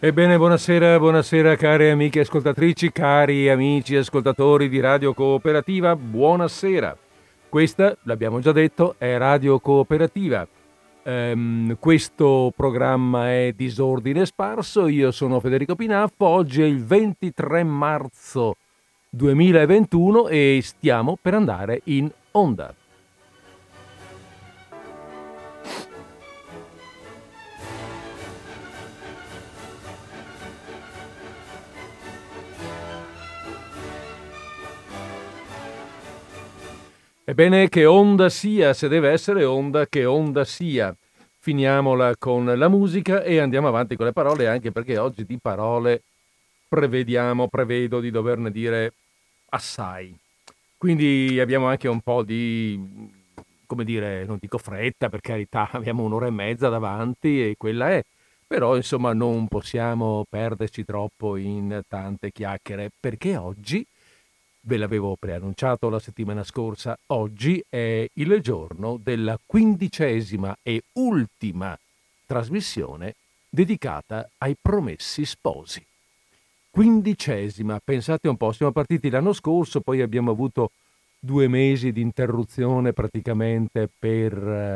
Ebbene, buonasera, buonasera cari amiche ascoltatrici, cari amici ascoltatori di Radio Cooperativa, buonasera. Questa, l'abbiamo già detto, è Radio Cooperativa. Questo programma è Disordine Sparso, io sono Federico Pinaffo, oggi è il 23 marzo 2021 e stiamo per andare in onda. Ebbene, che onda sia, se deve essere onda, che onda sia. Finiamola con la musica e andiamo avanti con le parole, anche perché oggi di parole prevedo di doverne dire assai. Quindi abbiamo anche un po' di, come dire, non dico fretta, per carità, abbiamo un'ora e mezza davanti e quella è. Però, insomma, non possiamo perderci troppo in tante chiacchiere, perché oggi ve l'avevo preannunciato la settimana scorsa, oggi è il giorno della 15ª e ultima trasmissione dedicata ai Promessi Sposi. 15ª, pensate un po', siamo partiti l'anno scorso, poi abbiamo avuto 2 mesi di interruzione praticamente per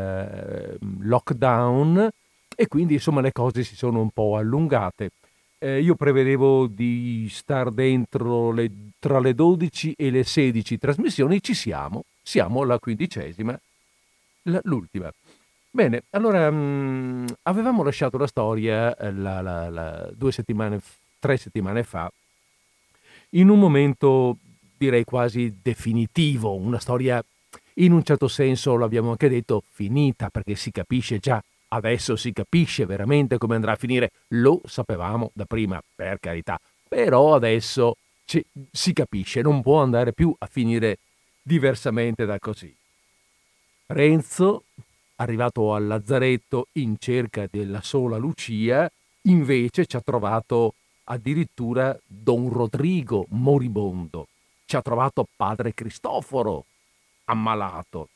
lockdown e quindi insomma le cose si sono un po' allungate. Io prevedevo di star dentro tra le 12 e le 16 trasmissioni, siamo alla 15ª, l'ultima. Bene, allora avevamo lasciato la storia 2 settimane, 3 settimane fa, in un momento direi quasi definitivo, una storia in un certo senso, l'abbiamo anche detto, finita, perché si capisce già, adesso si capisce veramente come andrà a finire, lo sapevamo da prima, per carità, però adesso si capisce, non può andare più a finire diversamente da così. Renzo, arrivato al lazzaretto in cerca della sola Lucia, invece ci ha trovato addirittura Don Rodrigo moribondo, ci ha trovato padre Cristoforo ammalato.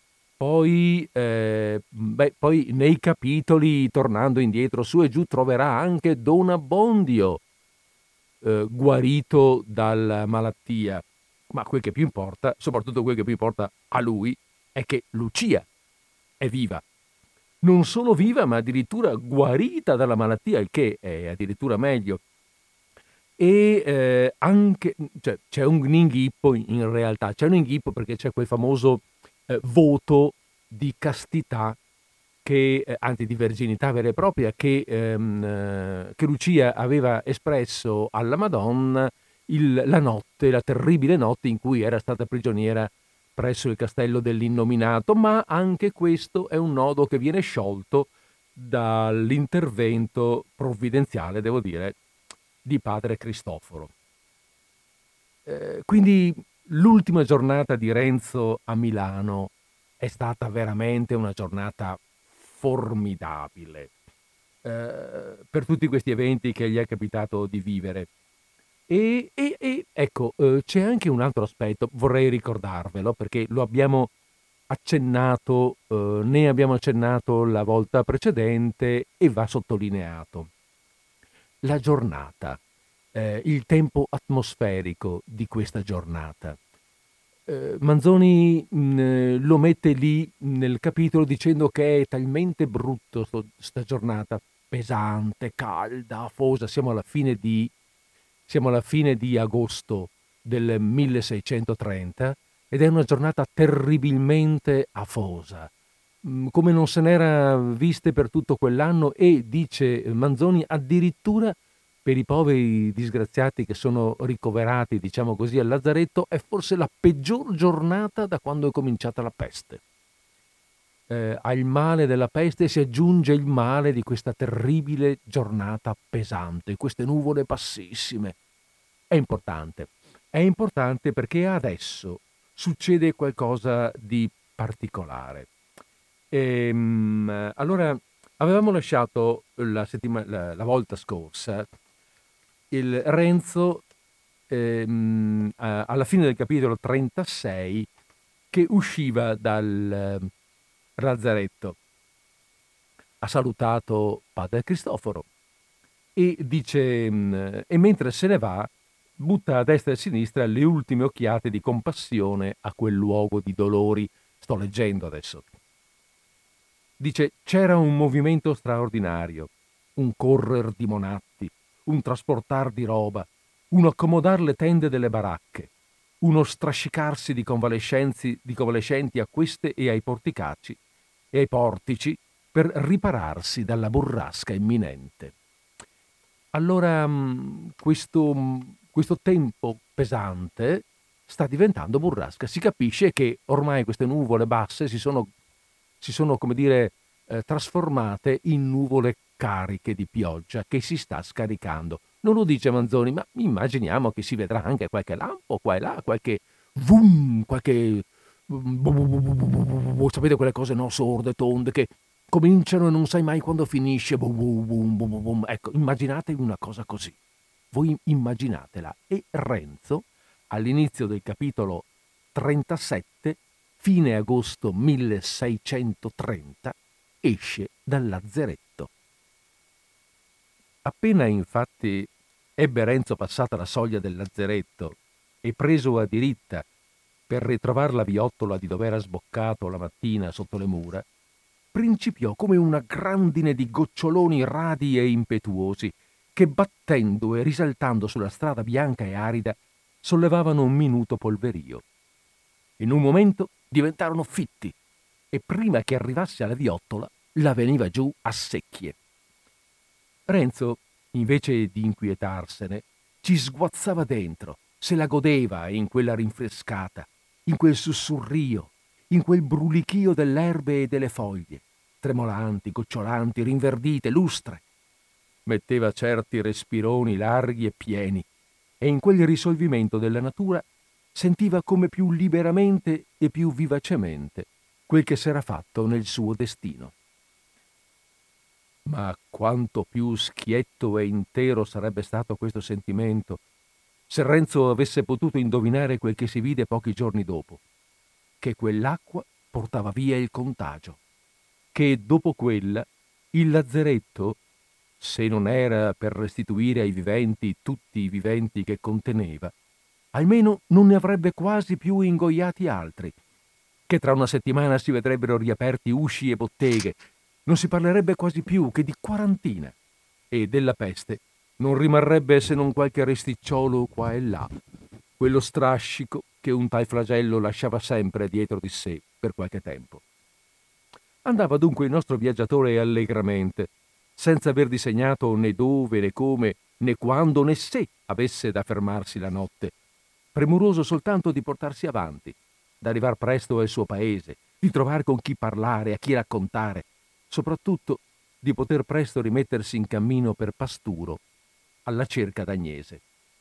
Poi nei capitoli, tornando indietro su e giù, troverà anche Don Abbondio guarito dalla malattia. Ma quel che più importa, soprattutto quel che più importa a lui, è che Lucia è viva. Non solo viva, ma addirittura guarita dalla malattia, il che è addirittura meglio. E anche, cioè, c'è un inghippo in realtà, c'è un inghippo perché c'è quel famoso voto di castità anzi di verginità vera e propria che Lucia aveva espresso alla Madonna la terribile notte in cui era stata prigioniera presso il castello dell'Innominato, ma anche questo è un nodo che viene sciolto dall'intervento provvidenziale, devo dire, di padre Cristoforo. Quindi l'ultima giornata di Renzo a Milano è stata veramente una giornata formidabile per tutti questi eventi che gli è capitato di vivere. E ecco, c'è anche un altro aspetto, vorrei ricordarvelo perché lo abbiamo accennato, ne abbiamo accennato la volta precedente e va sottolineato. La giornata, il tempo atmosferico di questa giornata. Manzoni lo mette lì nel capitolo dicendo che è talmente brutto sta giornata, pesante, calda, afosa, siamo alla fine di agosto del 1630 ed è una giornata terribilmente afosa, come non se n'era viste per tutto quell'anno e, dice Manzoni, addirittura per i poveri disgraziati che sono ricoverati, diciamo così, al lazzaretto, è forse la peggior giornata da quando è cominciata la peste. Al male della peste si aggiunge il male di questa terribile giornata pesante, queste nuvole bassissime. È importante perché adesso succede qualcosa di particolare. Allora, avevamo lasciato la volta scorsa il Renzo alla fine del capitolo 36 che usciva dal lazzaretto. Ha salutato padre Cristoforo, e dice, e mentre se ne va, butta a destra e a sinistra le ultime occhiate di compassione a quel luogo di dolori. Sto leggendo adesso. Dice: c'era un movimento straordinario, un correr di monatti, un trasportar di roba, un accomodar le tende delle baracche, uno strascicarsi di convalescenti a queste e ai porticacci e ai portici per ripararsi dalla burrasca imminente. Allora questo tempo pesante sta diventando burrasca. Si capisce che ormai queste nuvole basse si sono come dire, trasformate in nuvole cariche di pioggia che si sta scaricando. Non lo dice Manzoni, ma immaginiamo che si vedrà anche qualche lampo qua e là, qualche vum, qualche sapete quelle cose no sorde, tonde che cominciano e non sai mai quando finisce. Ecco, immaginate una cosa così. Voi immaginatela. E Renzo, all'inizio del capitolo 37, fine agosto 1630, esce dal lazzeretto. Appena infatti ebbe Renzo passata la soglia del lazzeretto e preso a diritta per ritrovar la viottola di dov'era sboccato la mattina sotto le mura, principiò come una grandine di goccioloni radi e impetuosi che, battendo e risaltando sulla strada bianca e arida, sollevavano un minuto polverio. In un momento diventarono fitti e prima che arrivasse alla viottola la veniva giù a secchie. Renzo, invece di inquietarsene, ci sguazzava dentro, se la godeva in quella rinfrescata, in quel sussurrio, in quel brulichio delle erbe e delle foglie, tremolanti, gocciolanti, rinverdite, lustre. Metteva certi respironi larghi e pieni e in quel risolvimento della natura sentiva come più liberamente e più vivacemente quel che s'era fatto nel suo destino. Ma quanto più schietto e intero sarebbe stato questo sentimento se Renzo avesse potuto indovinare quel che si vide pochi giorni dopo, che quell'acqua portava via il contagio, che dopo quella il lazzeretto, se non era per restituire ai viventi tutti i viventi che conteneva, almeno non ne avrebbe quasi più ingoiati altri, che tra una settimana si vedrebbero riaperti usci e botteghe, non si parlerebbe quasi più che di quarantina, e della peste non rimarrebbe se non qualche resticciolo qua e là, quello strascico che un tal flagello lasciava sempre dietro di sé per qualche tempo. Andava dunque il nostro viaggiatore allegramente, senza aver disegnato né dove, né come, né quando, né se avesse da fermarsi la notte, premuroso soltanto di portarsi avanti, d'arrivar presto al suo paese, di trovar con chi parlare, a chi raccontare, soprattutto di poter presto rimettersi in cammino per Pasturo, alla cerca d'Agnese.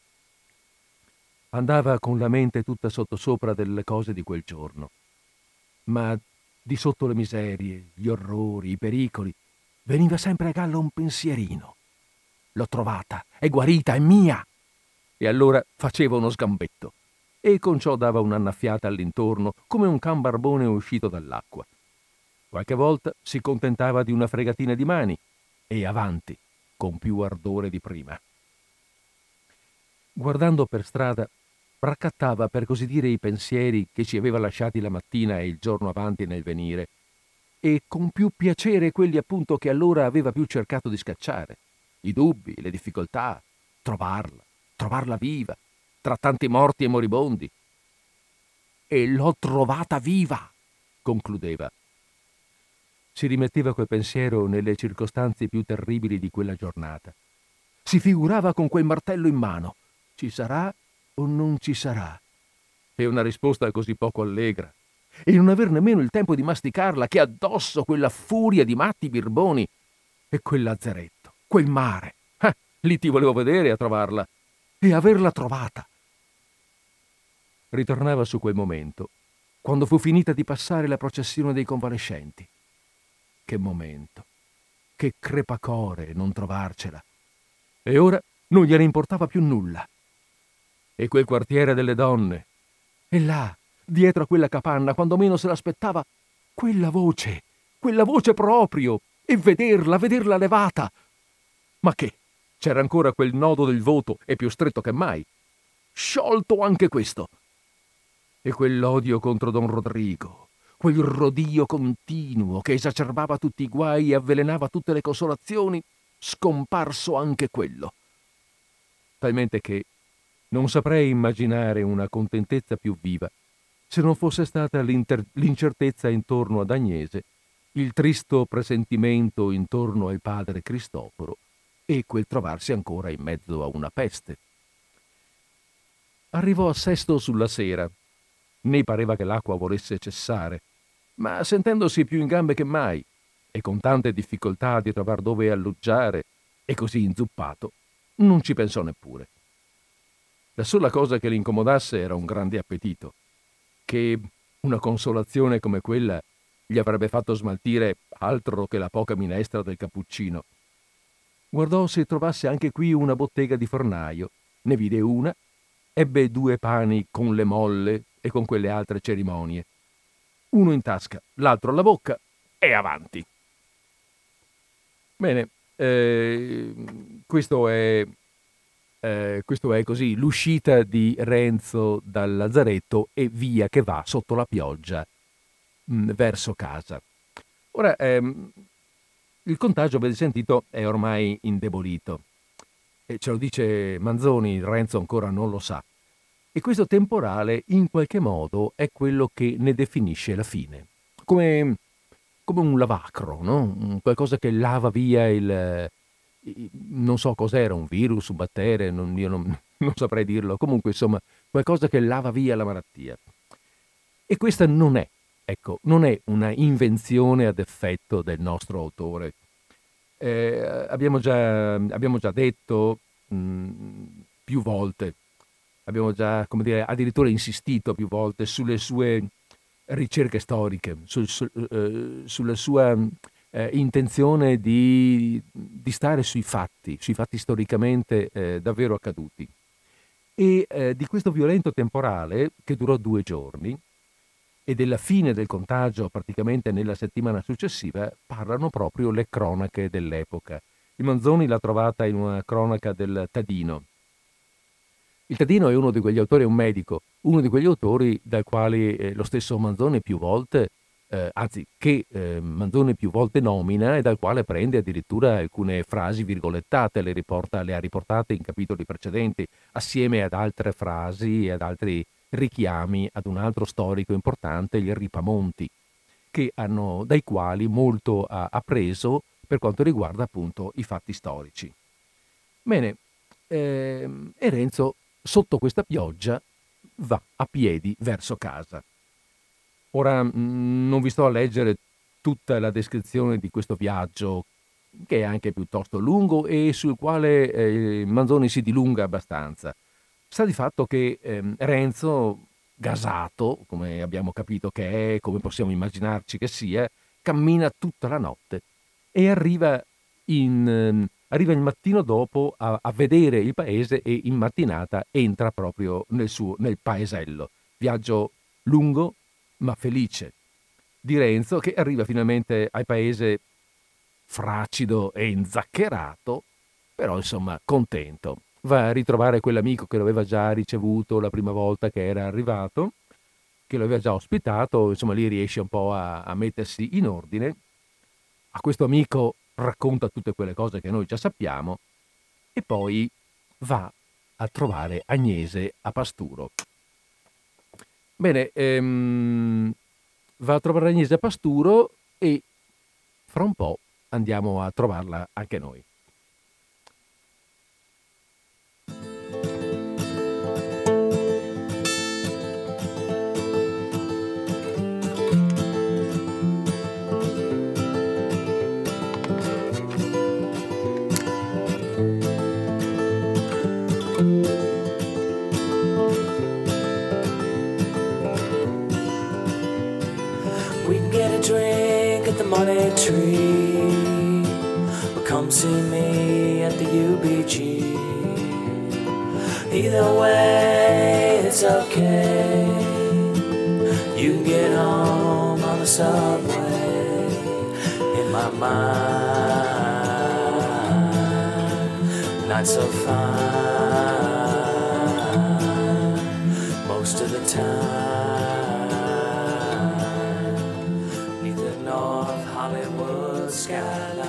Andava con la mente tutta sottosopra delle cose di quel giorno, ma di sotto le miserie, gli orrori, i pericoli, veniva sempre a galla un pensierino. L'ho trovata, è guarita, è mia! E allora faceva uno sgambetto e con ciò dava un'annaffiata all'intorno come un can barbone uscito dall'acqua. Qualche volta si contentava di una fregatina di mani e avanti, con più ardore di prima. Guardando per strada, raccattava per così dire i pensieri che ci aveva lasciati la mattina e il giorno avanti nel venire, e con più piacere quelli appunto che allora aveva più cercato di scacciare, i dubbi, le difficoltà, trovarla viva, tra tanti morti e moribondi. E l'ho trovata viva, concludeva. Si rimetteva quel pensiero nelle circostanze più terribili di quella giornata. Si figurava con quel martello in mano. Ci sarà o non ci sarà? E una risposta così poco allegra. E non aver nemmeno il tempo di masticarla, che addosso quella furia di matti birboni. E quel lazzeretto, quel mare. Lì ti volevo vedere a trovarla. E averla trovata. Ritornava su quel momento, quando fu finita di passare la processione dei convalescenti. Che momento, che crepacore non trovarcela. E ora non gliene importava più nulla. E quel quartiere delle donne. E là, dietro a quella capanna, quando meno se l'aspettava, quella voce proprio, e vederla levata. Ma che? C'era ancora quel nodo del voto e più stretto che mai. Sciolto anche questo. E quell'odio contro Don Rodrigo, quel rodio continuo che esacerbava tutti i guai e avvelenava tutte le consolazioni, scomparso anche quello. Talmente che non saprei immaginare una contentezza più viva se non fosse stata l'incertezza intorno ad Agnese, il tristo presentimento intorno al padre Cristoforo e quel trovarsi ancora in mezzo a una peste. Arrivò a Sesto sulla sera. Né pareva che l'acqua volesse cessare, ma sentendosi più in gambe che mai e con tante difficoltà di trovar dove alloggiare e così inzuppato, non ci pensò neppure. La sola cosa che l'incomodasse era un grande appetito, che una consolazione come quella gli avrebbe fatto smaltire altro che la poca minestra del cappuccino. Guardò se trovasse anche qui una bottega di fornaio, ne vide una, ebbe 2 pani con le molle e con quelle altre cerimonie. Uno in tasca, l'altro alla bocca e avanti. Bene, questo è così l'uscita di Renzo dal lazzaretto e via che va sotto la pioggia verso casa. Ora, il contagio, avete sentito, è ormai indebolito. E ce lo dice Manzoni, Renzo ancora non lo sa. E questo temporale in qualche modo è quello che ne definisce la fine. Come un lavacro, no? Qualcosa che lava via non so cos'era, un virus, un batterio, io non saprei dirlo. Comunque, insomma, qualcosa che lava via la malattia. E questa non è una invenzione ad effetto del nostro autore. Abbiamo già detto più volte, abbiamo già, come dire, addirittura insistito più volte sulle sue ricerche storiche, sulla sua intenzione di stare sui fatti storicamente davvero accaduti. E di questo violento temporale, che durò 2 giorni, e della fine del contagio praticamente nella settimana successiva, parlano proprio le cronache dell'epoca. Il Manzoni l'ha trovata in una cronaca del Tadino. Il Tadino è uno di quegli autori, è un medico, uno di quegli autori dal quale lo stesso Manzoni più volte, Manzoni più volte nomina e dal quale prende addirittura alcune frasi virgolettate, le ha riportate in capitoli precedenti, assieme ad altre frasi e ad altri richiami ad un altro storico importante, il Ripamonti, dai quali molto ha preso per quanto riguarda appunto i fatti storici. Bene, e Renzo sotto questa pioggia va a piedi verso casa. Ora non vi sto a leggere tutta la descrizione di questo viaggio, che è anche piuttosto lungo e sul quale Manzoni si dilunga abbastanza. Sta di fatto che Renzo, gasato, come abbiamo capito che è, come possiamo immaginarci che sia, cammina tutta la notte e arriva il mattino dopo a vedere il paese e in mattinata entra proprio nel paesello. Viaggio lungo ma felice di Renzo, che arriva finalmente al paese fracido e inzaccherato, però insomma contento. Va a ritrovare quell'amico che lo aveva già ricevuto la prima volta che era arrivato, che lo aveva già ospitato, insomma lì riesce un po' a mettersi in ordine. A questo amico racconta tutte quelle cose che noi già sappiamo e poi va a trovare Agnese a Pasturo. Bene, va a trovare Agnese a Pasturo e fra un po' andiamo a trovarla anche noi. Money tree, or come see me at the UBG. Either way, it's okay. You can get home on the subway. In my mind, not so fine most of the time. Neath the North Hollywood skyline,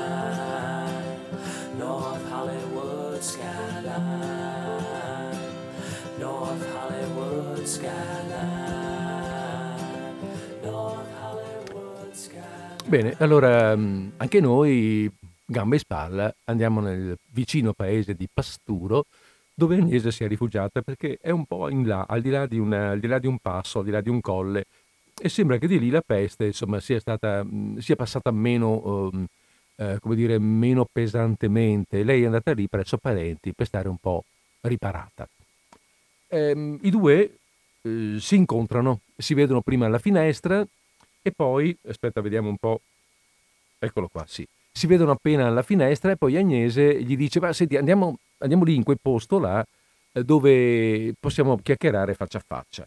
North Hollywood skyline, North Hollywood skyline, North Hollywood skyline. Bene, allora anche noi, gambe in spalla, andiamo nel vicino paese di Pasturo, dove Agnese si è rifugiata perché è un po' in là, al di là di un passo, al di là di un colle, e sembra che di lì la peste, insomma, sia passata meno, come dire, meno pesantemente. Lei è andata lì presso parenti per stare un po' riparata. I due si incontrano, si vedono prima alla finestra e poi, aspetta, vediamo un po', eccolo qua, sì. Si vedono appena alla finestra e poi Agnese gli dice: ma senti, andiamo lì in quel posto là dove possiamo chiacchierare faccia a faccia.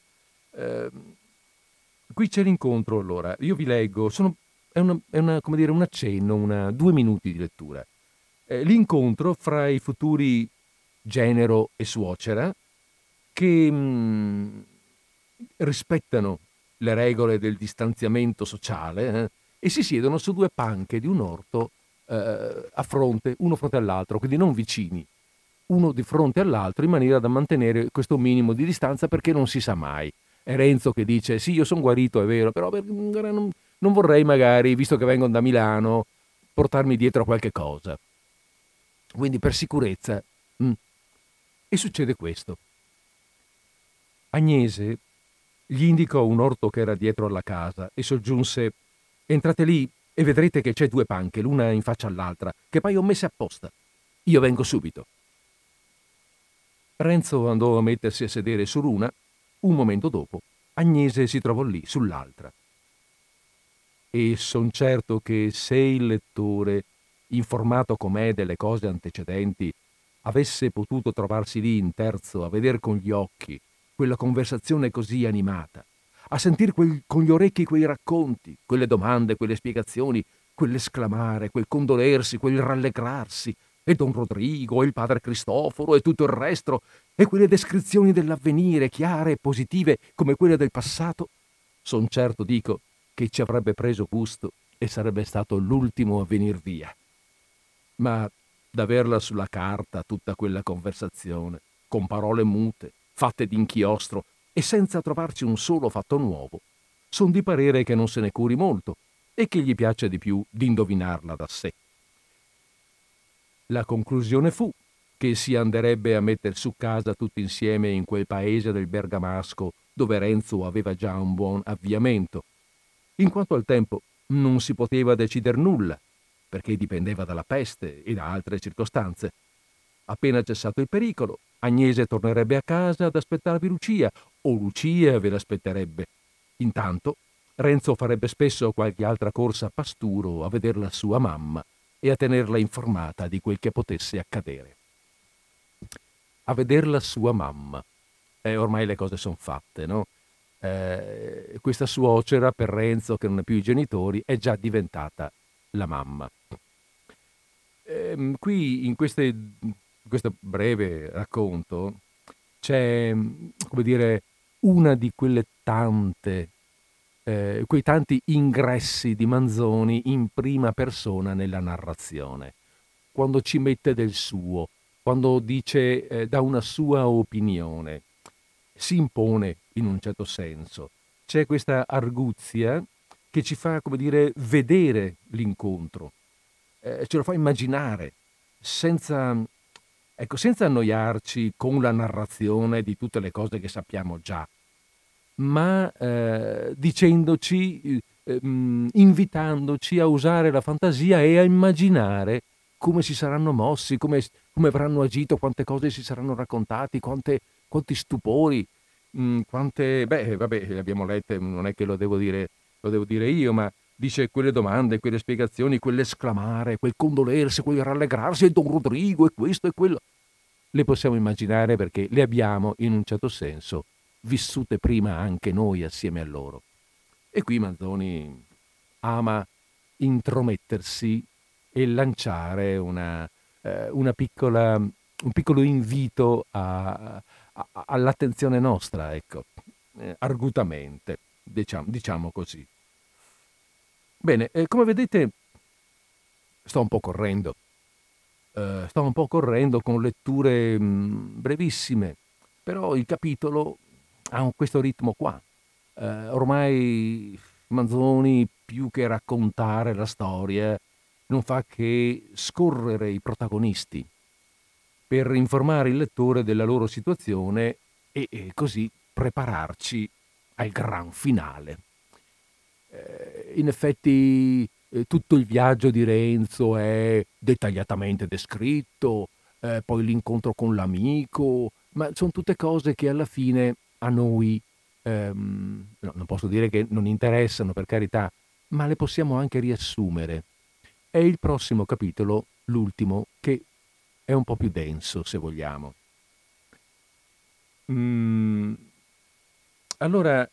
Qui c'è l'incontro, allora. Io vi leggo, come dire, un accenno, 2 minuti di lettura. L'incontro fra i futuri genero e suocera che rispettano le regole del distanziamento sociale e si siedono su 2 panche di un orto a fronte, uno fronte all'altro, quindi non vicini, uno di fronte all'altro, in maniera da mantenere questo minimo di distanza, perché non si sa mai. È Renzo che dice: sì, io sono guarito, è vero, però non vorrei magari, visto che vengo da Milano, portarmi dietro qualche cosa. Quindi per sicurezza. E succede questo. Agnese gli indicò un orto che era dietro alla casa e soggiunse: entrate lì e vedrete che c'è 2 panche, l'una in faccia all'altra, che poi ho messe apposta. Io vengo subito. Renzo andò a mettersi a sedere su l'una. Un momento dopo, Agnese si trovò lì, sull'altra. E son certo che se il lettore, informato com'è delle cose antecedenti, avesse potuto trovarsi lì in terzo a veder con gli occhi quella conversazione così animata, a sentir con gli orecchi quei racconti, quelle domande, quelle spiegazioni, quell'esclamare, quel condolersi, quel rallegrarsi, e Don Rodrigo, e il padre Cristoforo, e tutto il resto, e quelle descrizioni dell'avvenire, chiare e positive come quelle del passato, son certo, dico, che ci avrebbe preso gusto e sarebbe stato l'ultimo a venir via. Ma d'averla sulla carta tutta quella conversazione, con parole mute, fatte d'inchiostro e senza trovarci un solo fatto nuovo, son di parere che non se ne curi molto e che gli piaccia di più di indovinarla da sé. La conclusione fu che si anderebbe a metter su casa tutti insieme in quel paese del Bergamasco dove Renzo aveva già un buon avviamento. In quanto al tempo non si poteva decider nulla, perché dipendeva dalla peste e da altre circostanze. Appena cessato il pericolo, Agnese tornerebbe a casa ad aspettarvi Lucia, o Lucia ve l'aspetterebbe. Intanto Renzo farebbe spesso qualche altra corsa a Pasturo a veder la sua mamma e a tenerla informata di quel che potesse accadere. A veder la sua mamma. Ormai le cose sono fatte, no? Questa suocera per Renzo, che non ha più i genitori, è già diventata la mamma. Qui in questo breve racconto c'è, come dire, una di quelle tante, quei tanti ingressi di Manzoni in prima persona nella narrazione, quando ci mette del suo, quando dice, dà una sua opinione, si impone in un certo senso. C'è questa arguzia che ci fa, come dire, vedere l'incontro, ce lo fa immaginare, senza annoiarci con la narrazione di tutte le cose che sappiamo già, ma dicendoci, invitandoci a usare la fantasia e a immaginare come si saranno mossi, come avranno agito, quante cose si saranno raccontati, quanti stupori, quante... vabbè, le abbiamo lette, non è che lo devo dire io, ma dice quelle domande, quelle spiegazioni, quell'esclamare, quel condolersi, quel rallegrarsi, e Don Rodrigo, e questo e quello. Le possiamo immaginare perché le abbiamo, in un certo senso, vissute prima anche noi assieme a loro. E qui Manzoni ama intromettersi e lanciare una un piccolo invito all'attenzione nostra, ecco, argutamente, diciamo così. Bene, come vedete sto un po' correndo. Sto un po' correndo con letture brevissime, però il capitolo ha questo ritmo qua. Ormai Manzoni, più che raccontare la storia, non fa che scorrere i protagonisti per informare il lettore della loro situazione e così prepararci al gran finale. In effetti tutto il viaggio di Renzo è dettagliatamente descritto, poi l'incontro con l'amico, ma sono tutte cose che alla fine a noi, no, non posso dire che non interessano, per carità, ma le possiamo anche riassumere. È il prossimo capitolo, l'ultimo, che è un po' più denso, se vogliamo. Mm, allora,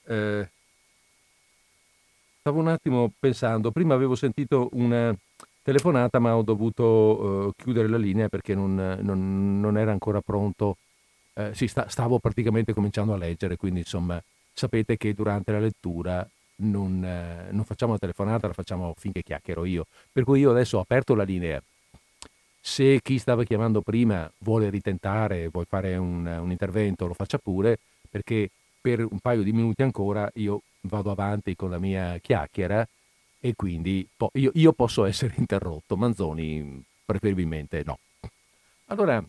stavo un attimo pensando, prima avevo sentito una telefonata, ma ho dovuto chiudere la linea perché non era ancora pronto. Sì, stavo praticamente cominciando a leggere, quindi insomma sapete che durante la lettura non facciamo la telefonata, la facciamo finché chiacchiero io. Per cui io adesso ho aperto la linea. Se chi stava chiamando prima vuole ritentare, vuole fare un intervento, lo faccia pure, perché per un paio di minuti ancora io vado avanti con la mia chiacchiera e quindi io posso essere interrotto. Manzoni preferibilmente no. Allora,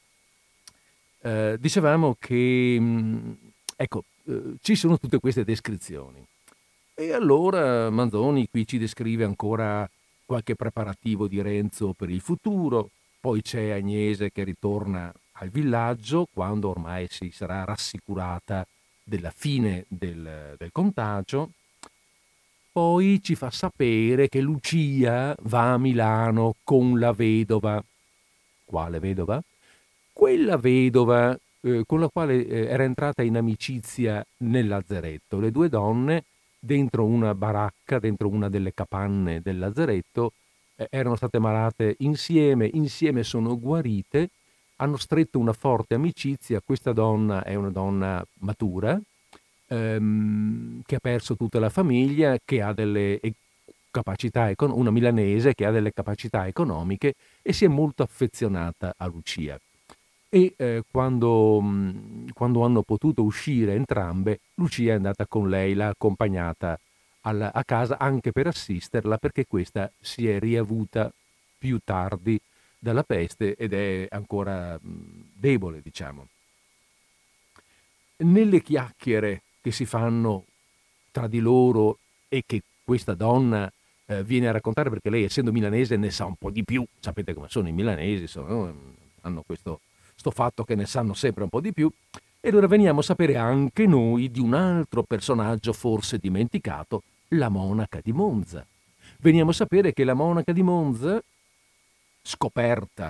dicevamo che, ecco, ci sono tutte queste descrizioni. E allora Manzoni qui ci descrive ancora qualche preparativo di Renzo per il futuro, poi c'è Agnese che ritorna al villaggio quando ormai si sarà rassicurata della fine del contagio, poi ci fa sapere che Lucia va a Milano con la vedova. Quale vedova? Quella vedova con la quale era entrata in amicizia nel lazzeretto. Le due donne dentro una baracca, dentro una delle capanne del lazzeretto, erano state malate insieme sono guarite, hanno stretto una forte amicizia. Questa donna è una donna matura, che ha perso tutta la famiglia, che ha delle capacità, una milanese che ha delle capacità economiche e si è molto affezionata a Lucia. E quando hanno potuto uscire entrambe, Lucia è andata con lei, l'ha accompagnata a casa anche per assisterla, perché questa si è riavuta più tardi dalla peste ed è ancora debole, diciamo. Nelle chiacchiere che si fanno tra di loro e che questa donna viene a raccontare, perché lei, essendo milanese, ne sa un po' di più. Sapete come sono i milanesi, hanno sto fatto che ne sanno sempre un po' di più. E allora veniamo a sapere anche noi di un altro personaggio forse dimenticato, la monaca di Monza. Veniamo a sapere che la monaca di Monza, scoperta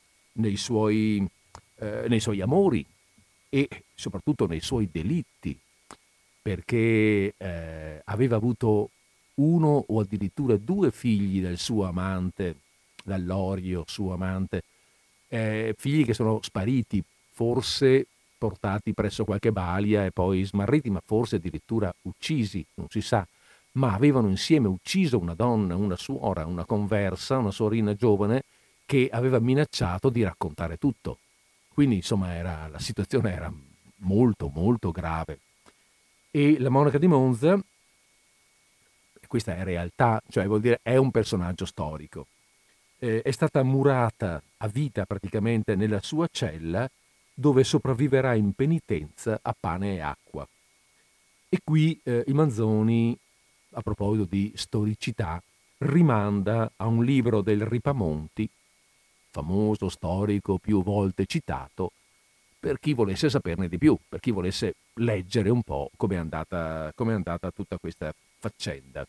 nei suoi amori e soprattutto nei suoi delitti, perché aveva avuto uno o addirittura due figli dal suo amante, dall'Orio suo amante, figli che sono spariti, forse portati presso qualche balia e poi smarriti, ma forse addirittura uccisi, non si sa. Ma avevano insieme ucciso una donna, una suora, una conversa, una sorina giovane, che aveva minacciato di raccontare tutto. Quindi insomma la situazione era molto molto grave. E la monaca di Monza, questa è realtà, cioè vuol dire è un personaggio storico, è stata murata a vita praticamente nella sua cella, dove sopravviverà in penitenza a pane e acqua. E qui il Manzoni, a proposito di storicità, rimanda a un libro del Ripamonti, famoso storico più volte citato, per chi volesse saperne di più, per chi volesse leggere un po' com'è andata tutta questa faccenda.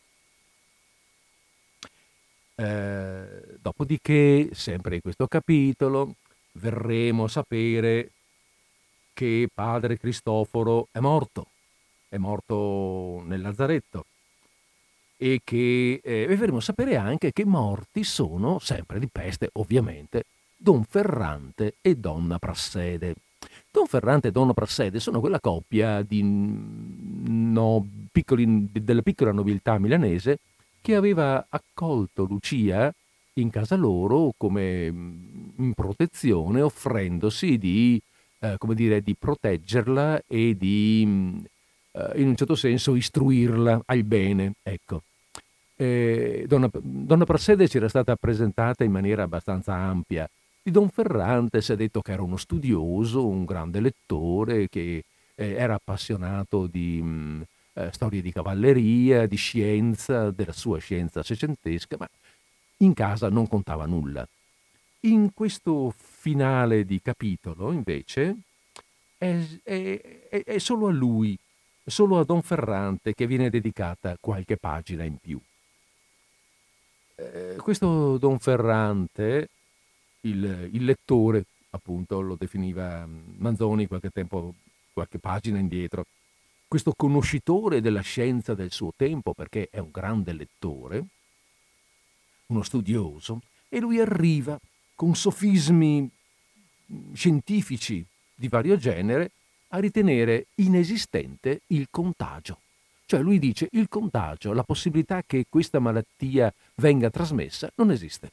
Dopodiché, sempre in questo capitolo, verremo a sapere che padre Cristoforo è morto nel lazzaretto, e che verremo a sapere anche che morti sono sempre di peste, ovviamente, Don Ferrante e Donna Prassede. Don Ferrante e Donna Prassede sono quella coppia della piccola nobiltà milanese che aveva accolto Lucia in casa loro come in protezione, offrendosi come dire, di proteggerla e in un certo senso, istruirla al bene. Ecco. Donna Prassede ci era stata presentata in maniera abbastanza ampia. Di Don Ferrante si è detto che era uno studioso, un grande lettore, che era appassionato di storie di cavalleria, di scienza, della sua scienza seicentesca, ma in casa non contava nulla. In questo finale di capitolo, invece, è solo a lui, solo a Don Ferrante, che viene dedicata qualche pagina in più. Questo Don Ferrante, il lettore, appunto, lo definiva Manzoni qualche pagina indietro, questo conoscitore della scienza del suo tempo, perché è un grande lettore, uno studioso, e lui arriva con sofismi scientifici di vario genere a ritenere inesistente il contagio. Cioè lui dice il contagio, la possibilità che questa malattia venga trasmessa, non esiste.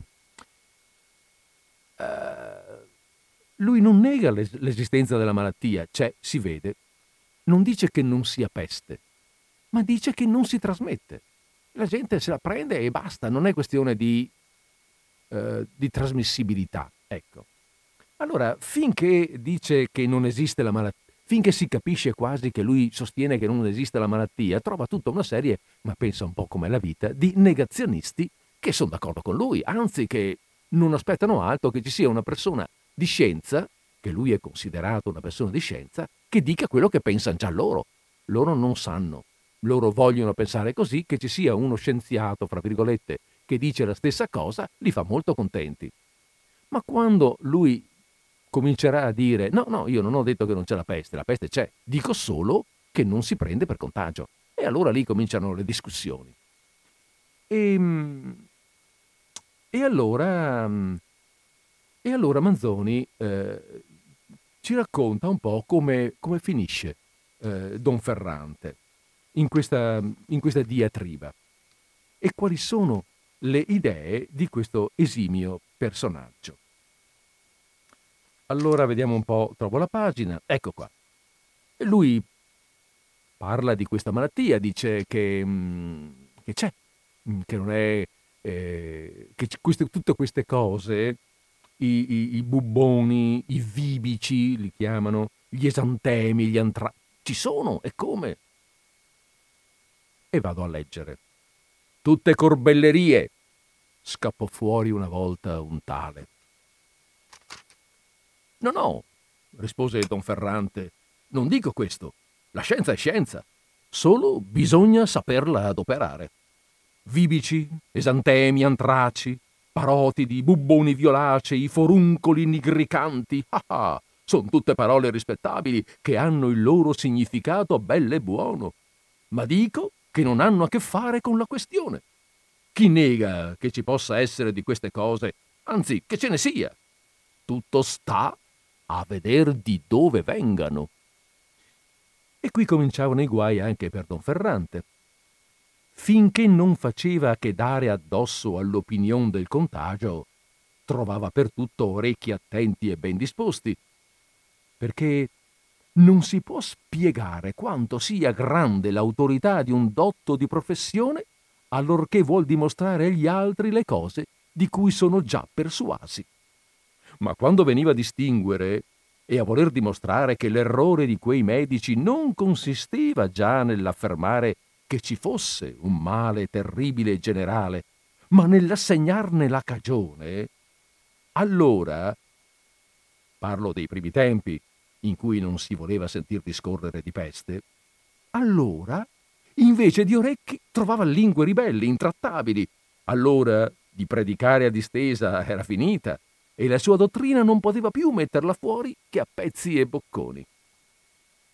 Lui non nega l'esistenza della malattia, si vede. Non dice che non sia peste, ma dice che non si trasmette. La gente se la prende e basta, non è questione di trasmissibilità. Ecco. Allora, finché dice che non esiste la malattia, finché si capisce quasi che lui sostiene che non esiste la malattia, trova tutta una serie, ma pensa un po' come la vita, di negazionisti che sono d'accordo con lui, anzi che non aspettano altro che ci sia una persona di scienza, che lui è considerato una persona di scienza, che dica quello che pensano già loro. Loro non sanno, loro vogliono pensare così, che ci sia uno scienziato, fra virgolette, che dice la stessa cosa, li fa molto contenti. Ma quando lui comincerà a dire no, io non ho detto che non c'è la peste c'è, dico solo che non si prende per contagio. E allora lì cominciano le discussioni. E allora Manzoni ci racconta un po' come finisce Don Ferrante in questa diatriba e quali sono le idee di questo esimio personaggio. Allora vediamo un po', trovo la pagina, ecco qua. E lui parla di questa malattia, dice che c'è, che non è, che tutte queste cose, i bubboni, i vibici, li chiamano, gli esantemi, gli ci sono, e come? E vado a leggere. Tutte corbellerie, scappò fuori una volta un tale. No, rispose Don Ferrante, non dico questo. La scienza è scienza, solo bisogna saperla adoperare. Vibici, esantemi, antraci, parotidi, bubboni violacei, foruncoli nigricanti, sono tutte parole rispettabili che hanno il loro significato bello e buono, ma dico che non hanno a che fare con la questione. Chi nega che ci possa essere di queste cose, anzi che ce ne sia? Tutto sta a veder di dove vengano. E qui cominciavano i guai anche per Don Ferrante. Finché non faceva che dare addosso all'opinion del contagio, trovava per tutto orecchi attenti e ben disposti, perché non si può spiegare quanto sia grande l'autorità di un dotto di professione allorché vuol dimostrare agli altri le cose di cui sono già persuasi. Ma quando veniva a distinguere e a voler dimostrare che l'errore di quei medici non consisteva già nell'affermare che ci fosse un male terribile e generale, ma nell'assegnarne la cagione, allora, parlo dei primi tempi, in cui non si voleva sentir discorrere di peste, allora, invece di orecchi, trovava lingue ribelli, intrattabili. Allora, di predicare a distesa era finita, e la sua dottrina non poteva più metterla fuori che a pezzi e bocconi.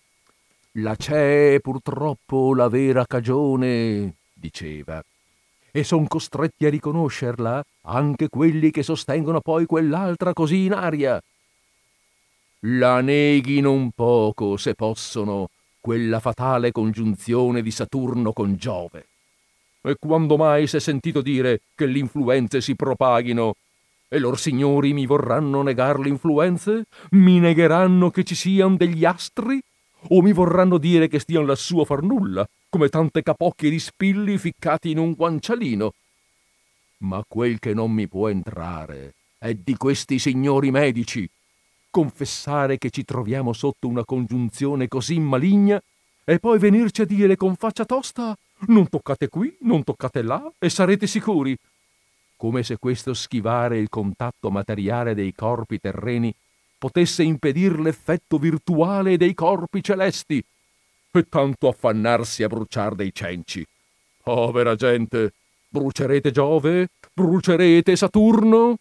La c'è purtroppo la vera cagione, diceva, e son costretti a riconoscerla anche quelli che sostengono poi quell'altra così in aria. La neghino un poco, se possono, quella fatale congiunzione di Saturno con Giove. E quando mai s'è sentito dire che le influenze si propaghino? E lor signori mi vorranno negar le influenze? Mi negheranno che ci sian degli astri? O mi vorranno dire che stian lassù a far nulla, come tante capocchie di spilli ficcati in un guancialino? Ma quel che non mi può entrare è di questi signori medici. Confessare che ci troviamo sotto una congiunzione così maligna e poi venirci a dire con faccia tosta: non toccate qui, non toccate là e sarete sicuri. Come se questo schivare il contatto materiale dei corpi terreni potesse impedir l'effetto virtuale dei corpi celesti. E tanto affannarsi a bruciar dei cenci. Povera gente, brucerete Giove? Brucerete Saturno?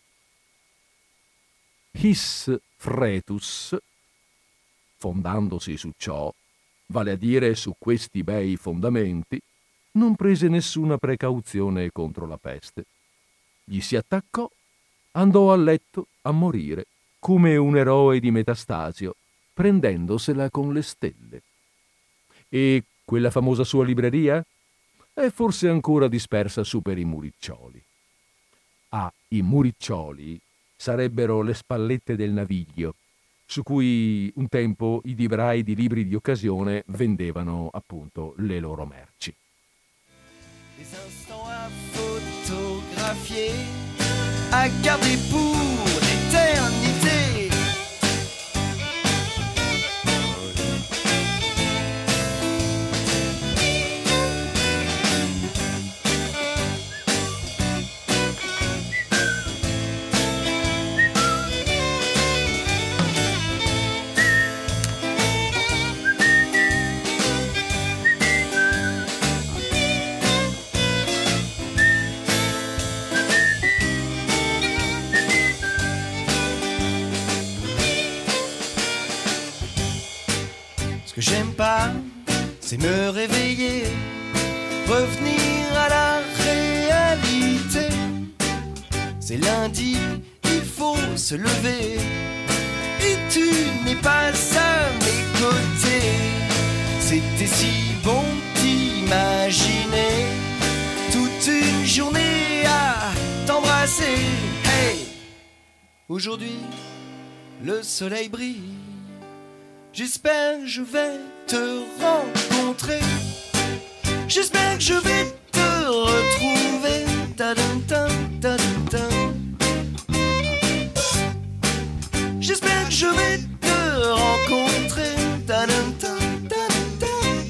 His Fretus, fondandosi su ciò, vale a dire su questi bei fondamenti, non prese nessuna precauzione contro la peste. Gli si attaccò, andò a letto a morire, come un eroe di Metastasio, prendendosela con le stelle. E quella famosa sua libreria? È forse ancora dispersa su per i muriccioli. Ah, i muriccioli sarebbero le spallette del naviglio, su cui un tempo i librai di libri di occasione vendevano appunto le loro merci. Des instants à photographier, à garder pour l'éternité. Ce que j'aime pas, c'est me réveiller, revenir à la réalité. C'est lundi, il faut se lever, et tu n'es pas à mes côtés. C'était si bon d'imaginer toute une journée à t'embrasser. Hey, aujourd'hui, le soleil brille. J'espère que je vais te rencontrer. J'espère que je vais te retrouver. Ta-dum-tum, ta-dum-tum. J'espère que je vais te rencontrer. Ta-dum-tum, ta-dum-tum,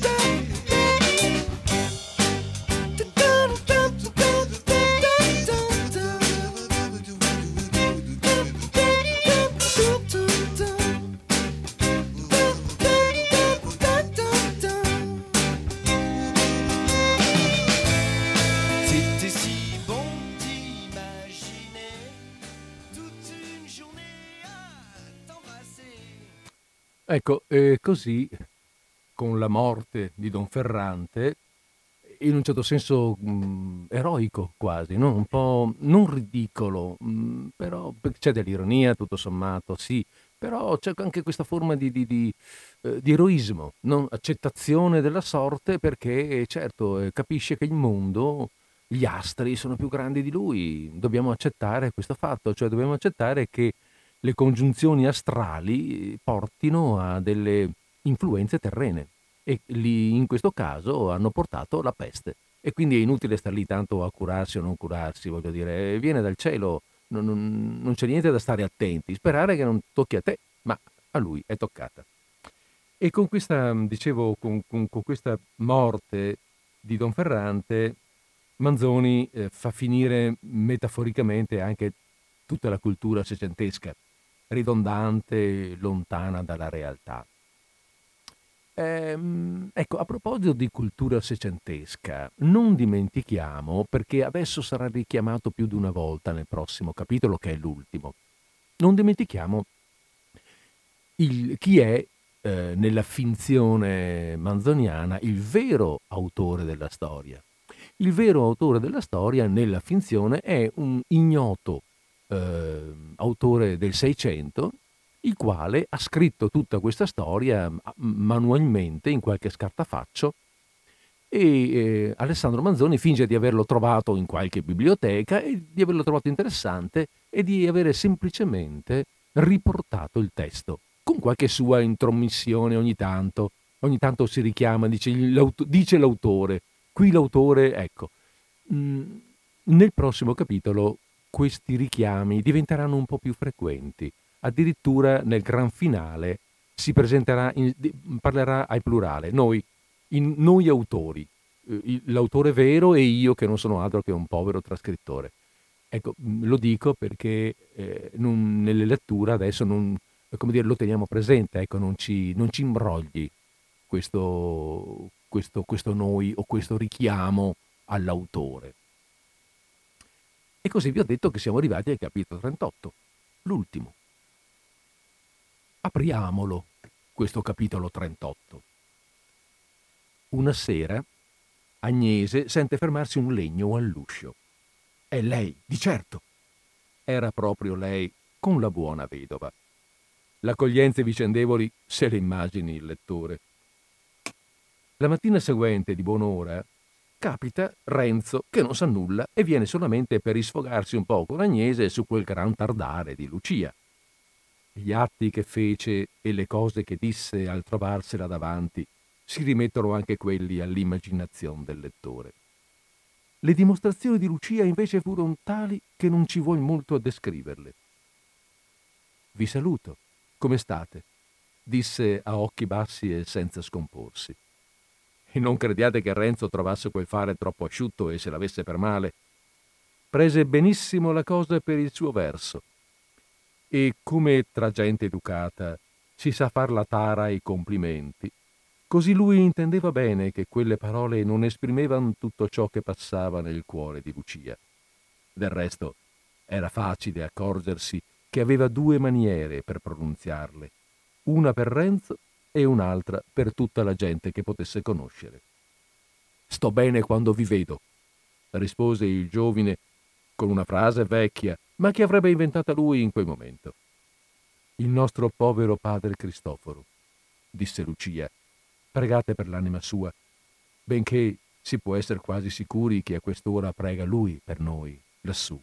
Ecco, così, con la morte di Don Ferrante, in un certo senso eroico quasi, no? Un po' non ridicolo, però c'è dell'ironia tutto sommato, sì, però c'è anche questa forma di eroismo, no? Accettazione della sorte perché certo capisce che il mondo, gli astri sono più grandi di lui, dobbiamo accettare questo fatto, cioè dobbiamo accettare che le congiunzioni astrali portino a delle influenze terrene e lì in questo caso hanno portato la peste e quindi è inutile star lì tanto a curarsi o non curarsi, voglio dire, viene dal cielo, non c'è niente da stare attenti, sperare che non tocchi a te, ma a lui è toccata. E con questa, dicevo, con questa morte di Don Ferrante, Manzoni fa finire metaforicamente anche tutta la cultura seicentesca, ridondante, lontana dalla realtà. Ecco, a proposito di cultura seicentesca, non dimentichiamo, perché adesso sarà richiamato più di una volta nel prossimo capitolo, che è l'ultimo, non dimentichiamo chi è nella finzione manzoniana il vero autore della storia. Il vero autore della storia nella finzione è un ignoto autore del Seicento, il quale ha scritto tutta questa storia manualmente in qualche scartafaccio e Alessandro Manzoni finge di averlo trovato in qualche biblioteca e di averlo trovato interessante e di avere semplicemente riportato il testo con qualche sua intromissione ogni tanto si richiama, dice l'autore, qui l'autore, ecco. Nel prossimo capitolo questi richiami diventeranno un po' più frequenti, addirittura nel gran finale si presenterà, parlerà al plurale, noi autori, l'autore vero e io che non sono altro che un povero trascrittore. Ecco, lo dico perché nelle letture adesso lo teniamo presente, ecco, non ci imbrogli questo noi o questo richiamo all'autore. E così vi ho detto che siamo arrivati al capitolo 38, l'ultimo. Apriamolo, questo capitolo 38. Una sera Agnese sente fermarsi un legno all'uscio. È lei, di certo. Era proprio lei, con la buona vedova. L'accoglienze vicendevoli se le immagini il lettore. La mattina seguente, di buon'ora, capita Renzo che non sa nulla e viene solamente per risfogarsi un po' con Agnese su quel gran tardare di Lucia. Gli atti che fece e le cose che disse al trovarsela davanti si rimettono anche quelli all'immaginazione del lettore. Le dimostrazioni di Lucia invece furono tali che non ci vuol molto a descriverle. Vi saluto, come state? Disse a occhi bassi e senza scomporsi. E non crediate che Renzo trovasse quel fare troppo asciutto e se l'avesse per male. Prese benissimo la cosa per il suo verso. E come tra gente educata si sa far la tara ai complimenti, così lui intendeva bene che quelle parole non esprimevano tutto ciò che passava nel cuore di Lucia. Del resto era facile accorgersi che aveva due maniere per pronunziarle, una per Renzo e un'altra per tutta la gente che potesse conoscere. «Sto bene quando vi vedo», rispose il giovine con una frase vecchia, ma che avrebbe inventata lui in quel momento. «Il nostro povero padre Cristoforo», disse Lucia, «pregate per l'anima sua, benché si può essere quasi sicuri che a quest'ora prega lui per noi, lassù».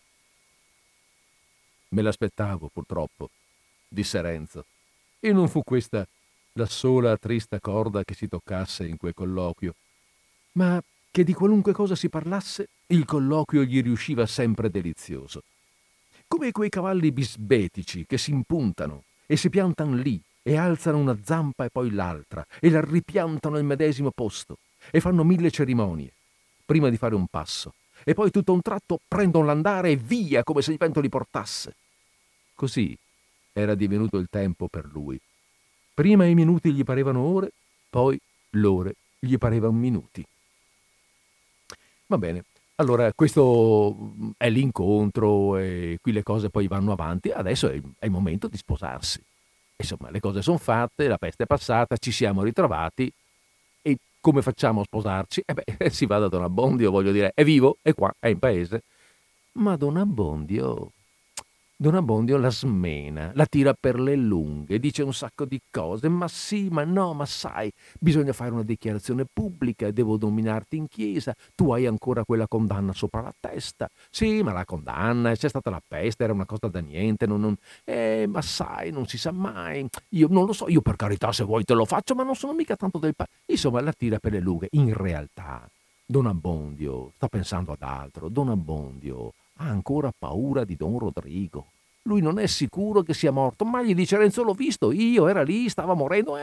«Me l'aspettavo, purtroppo», disse Renzo, e non fu questa la sola trista corda che si toccasse in quel colloquio, ma che di qualunque cosa si parlasse, il colloquio gli riusciva sempre delizioso. Come quei cavalli bisbetici che si impuntano e si piantano lì e alzano una zampa e poi l'altra e la ripiantano al medesimo posto e fanno 1000 cerimonie prima di fare un passo e poi tutto a un tratto prendono l'andare e via come se il vento li portasse. Così era divenuto il tempo per lui. Prima i minuti gli parevano ore, poi l'ore gli parevano minuti. Va bene, allora questo è l'incontro e qui le cose poi vanno avanti. Adesso è il momento di sposarsi. Insomma, le cose sono fatte, la peste è passata, ci siamo ritrovati e come facciamo a sposarci? Si va da Don Abbondio, voglio dire, è vivo, è qua, è in paese. Ma Don Abbondio la smena, la tira per le lunghe, dice un sacco di cose, ma sì, ma no, ma sai, bisogna fare una dichiarazione pubblica, devo nominarti in chiesa, tu hai ancora quella condanna sopra la testa, sì, ma la condanna, c'è stata la peste, era una cosa da niente, ma sai, non si sa mai, io non lo so, io per carità se vuoi te lo faccio, ma non sono mica tanto del insomma, la tira per le lunghe. In realtà Don Abbondio sta pensando ad altro, Don Abbondio ha ancora paura di Don Rodrigo. Lui non è sicuro che sia morto, ma gli dice: Renzo, l'ho visto io, era lì, stava morendo.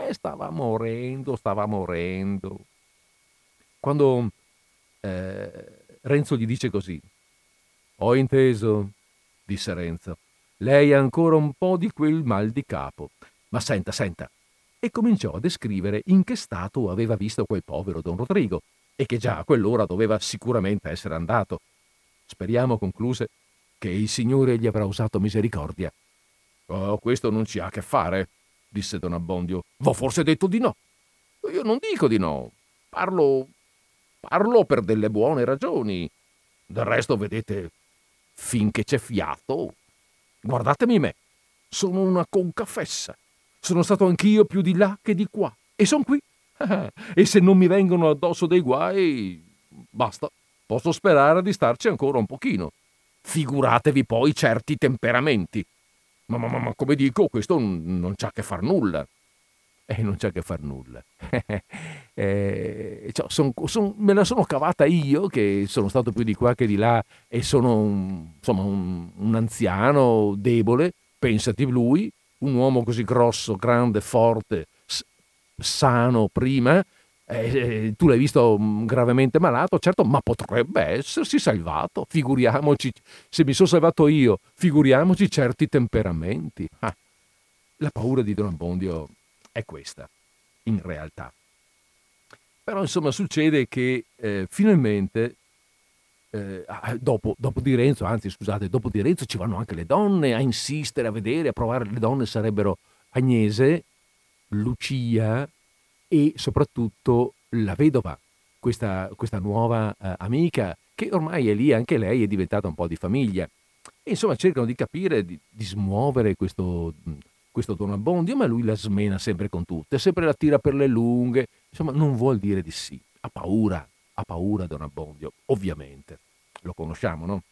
Quando Renzo gli dice così: «Ho inteso», disse Renzo, «lei ha ancora un po' di quel mal di capo. Ma senta», e cominciò a descrivere in che stato aveva visto quel povero Don Rodrigo e che già a quell'ora doveva sicuramente essere andato. Speriamo, concluse, che il Signore gli avrà usato misericordia. «Oh, questo non ci ha a che fare», disse Don Abbondio. «V'ho forse detto di no». «Io non dico di no, parlo Parlo per delle buone ragioni. Del resto, vedete, finché c'è fiato, guardatemi me, sono una conca fessa. Sono stato anch'io più di là che di qua e son qui. E se non mi vengono addosso dei guai, basta, posso sperare di starci ancora un pochino. Figuratevi poi certi temperamenti. Ma come dico, questo non c'ha che far nulla. Non c'ha che far nulla. Me la sono cavata io, che sono stato più di qua che di là e sono un anziano debole, pensati lui, un uomo così grosso, grande, forte, sano prima, tu l'hai visto gravemente malato, certo, ma potrebbe essersi salvato. Figuriamoci, se mi sono salvato io, figuriamoci certi temperamenti. La paura di Don Abbondio è questa, in realtà. Però insomma succede che finalmente dopo di Renzo, anzi scusate, dopo di Renzo ci vanno anche le donne a insistere, a vedere, a provare. Le donne sarebbero Agnese, Lucia e soprattutto la vedova, questa nuova amica che ormai è lì, anche lei è diventata un po' di famiglia. E insomma cercano di capire, di smuovere questo Don Abbondio, ma lui la smena sempre con tutte, sempre la tira per le lunghe, insomma non vuol dire di sì, ha paura Don Abbondio, ovviamente, lo conosciamo, no?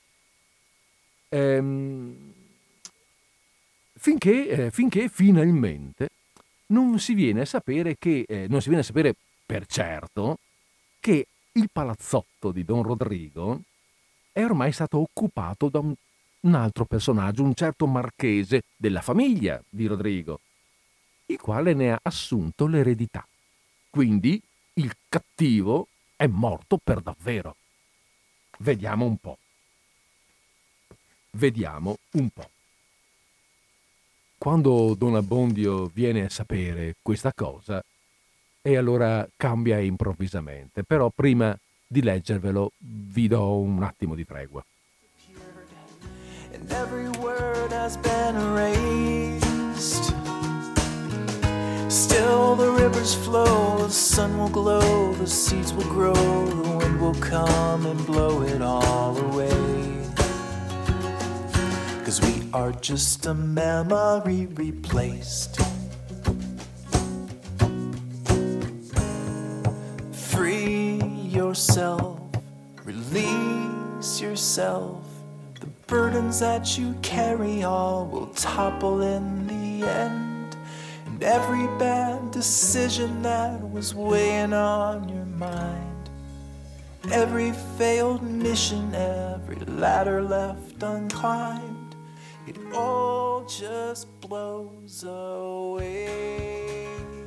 Finché finalmente non si viene a sapere per certo che il palazzotto di Don Rodrigo è ormai stato occupato da un altro personaggio, un certo marchese della famiglia di Rodrigo, il quale ne ha assunto l'eredità. Quindi il cattivo è morto per davvero. Vediamo un po'. Quando Don Abbondio viene a sapere questa cosa, e allora cambia improvvisamente. Però prima di leggervelo vi do un attimo di tregua. And every word has been erased. Still the rivers flow, the sun will glow, the seeds will grow, the wind will come and blow it all away. 'Cause we are just a memory replaced. Free yourself, release yourself. The burdens that you carry all will topple in the end. And every bad decision that was weighing on your mind, every failed mission, every ladder left unclimbed, it all just blows away.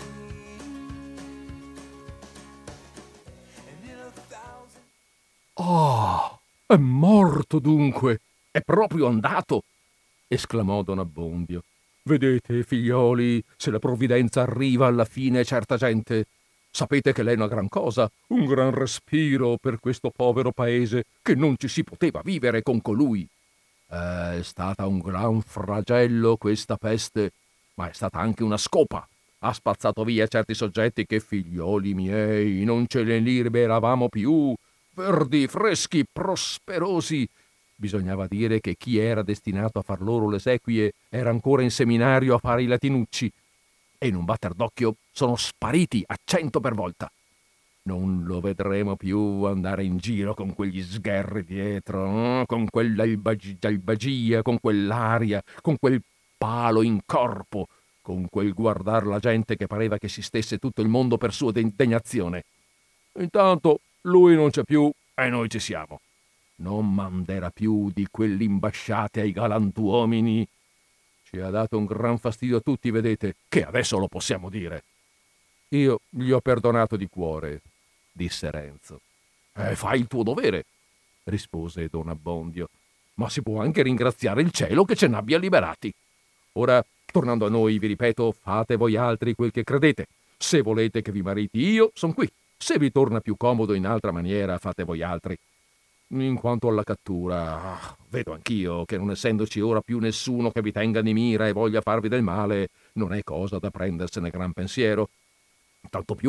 And in 1,000... Oh, è morto dunque, è proprio andato, esclamò Don Abbondio. Vedete, figlioli, se la provvidenza arriva alla fine certa gente, sapete che lei è una gran cosa, un gran respiro per questo povero paese che non ci si poteva vivere con colui. È stata un gran flagello questa peste, ma è stata anche una scopa. Ha spazzato via certi soggetti che, figlioli miei, non ce ne liberavamo più, verdi, freschi, prosperosi. Bisognava dire che chi era destinato a far loro le esequie era ancora in seminario a fare i latinucci, e in un batter d'occhio sono spariti a 100 per volta. Non lo vedremo più andare in giro con quegli sgherri dietro, con quell'albagia, con quell'aria, con quel palo in corpo, con quel guardar la gente che pareva che si stesse tutto il mondo per sua degnazione. Intanto lui non c'è più e noi ci siamo. Non manderà più di quell'imbasciate ai galantuomini. Ci ha dato un gran fastidio a tutti, vedete, che adesso lo possiamo dire. Io gli ho perdonato di cuore, disse Renzo. Fai il tuo dovere, rispose Don Abbondio, ma si può anche ringraziare il cielo che ce n'abbia liberati. Ora, tornando a noi, vi ripeto, fate voi altri quel che credete. Se volete che vi mariti io, son qui. Se vi torna più comodo in altra maniera, fate voi altri. In quanto alla cattura, vedo anch'io che non essendoci ora più nessuno che vi tenga di mira e voglia farvi del male, non è cosa da prendersene gran pensiero. Tanto più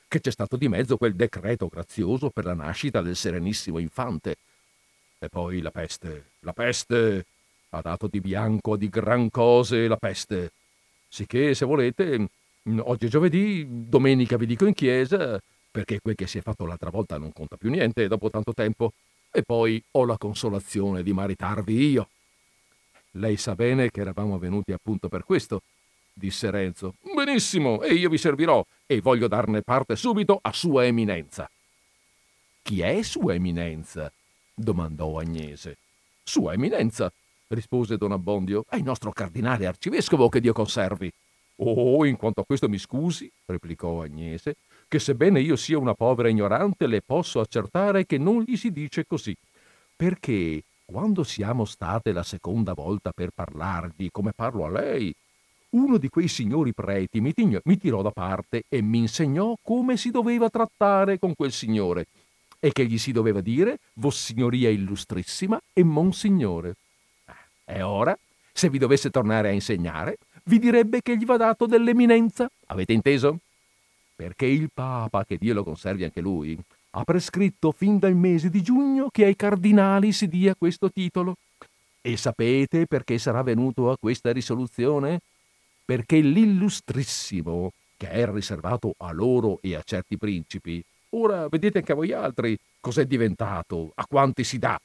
che c'è stato di mezzo quel decreto grazioso per la nascita del Serenissimo Infante. E poi la peste ha dato di bianco a di gran cose la peste. Sicché, se volete, oggi è giovedì, domenica vi dico in chiesa, perché quel che si è fatto l'altra volta non conta più niente dopo tanto tempo, e poi ho la consolazione di maritarvi io. Lei sa bene che eravamo venuti appunto per questo, disse Renzo. Benissimo, e io vi servirò, e voglio darne parte subito a Sua Eminenza. Chi è Sua Eminenza? Domandò Agnese. Sua Eminenza, rispose Don Abbondio, è il nostro cardinale arcivescovo, che Dio conservi. Oh, in quanto a questo mi scusi, replicò Agnese, che sebbene io sia una povera ignorante, le posso accertare che non gli si dice così, perché quando siamo state la seconda volta per parlargli, come parlo a lei, uno di quei signori preti mi tirò da parte e mi insegnò come si doveva trattare con quel signore, e che gli si doveva dire Vossignoria Illustrissima e Monsignore. E ora, se vi dovesse tornare a insegnare, vi direbbe che gli va dato dell'eminenza. Avete inteso? Perché il Papa, che Dio lo conservi anche lui, ha prescritto fin dal mese di giugno che ai cardinali si dia questo titolo. E sapete perché sarà venuto a questa risoluzione? Perché l'illustrissimo, che era riservato a loro e a certi principi, ora vedete anche voi altri cos'è diventato, a quanti si dà.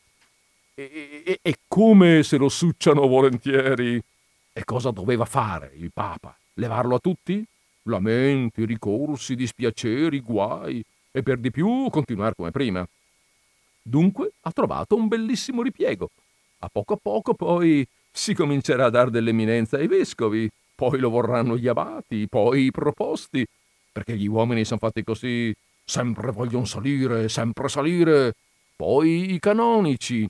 E come se lo succiano volentieri. E cosa doveva fare il Papa? Levarlo a tutti? Lamenti, ricorsi, dispiaceri, guai, e per di più continuare come prima. Dunque ha trovato un bellissimo ripiego. A poco poi si comincerà a dar dell'eminenza ai vescovi, poi lo vorranno gli abati, poi i proposti, perché gli uomini sono fatti così, sempre vogliono salire, sempre salire, poi i canonici,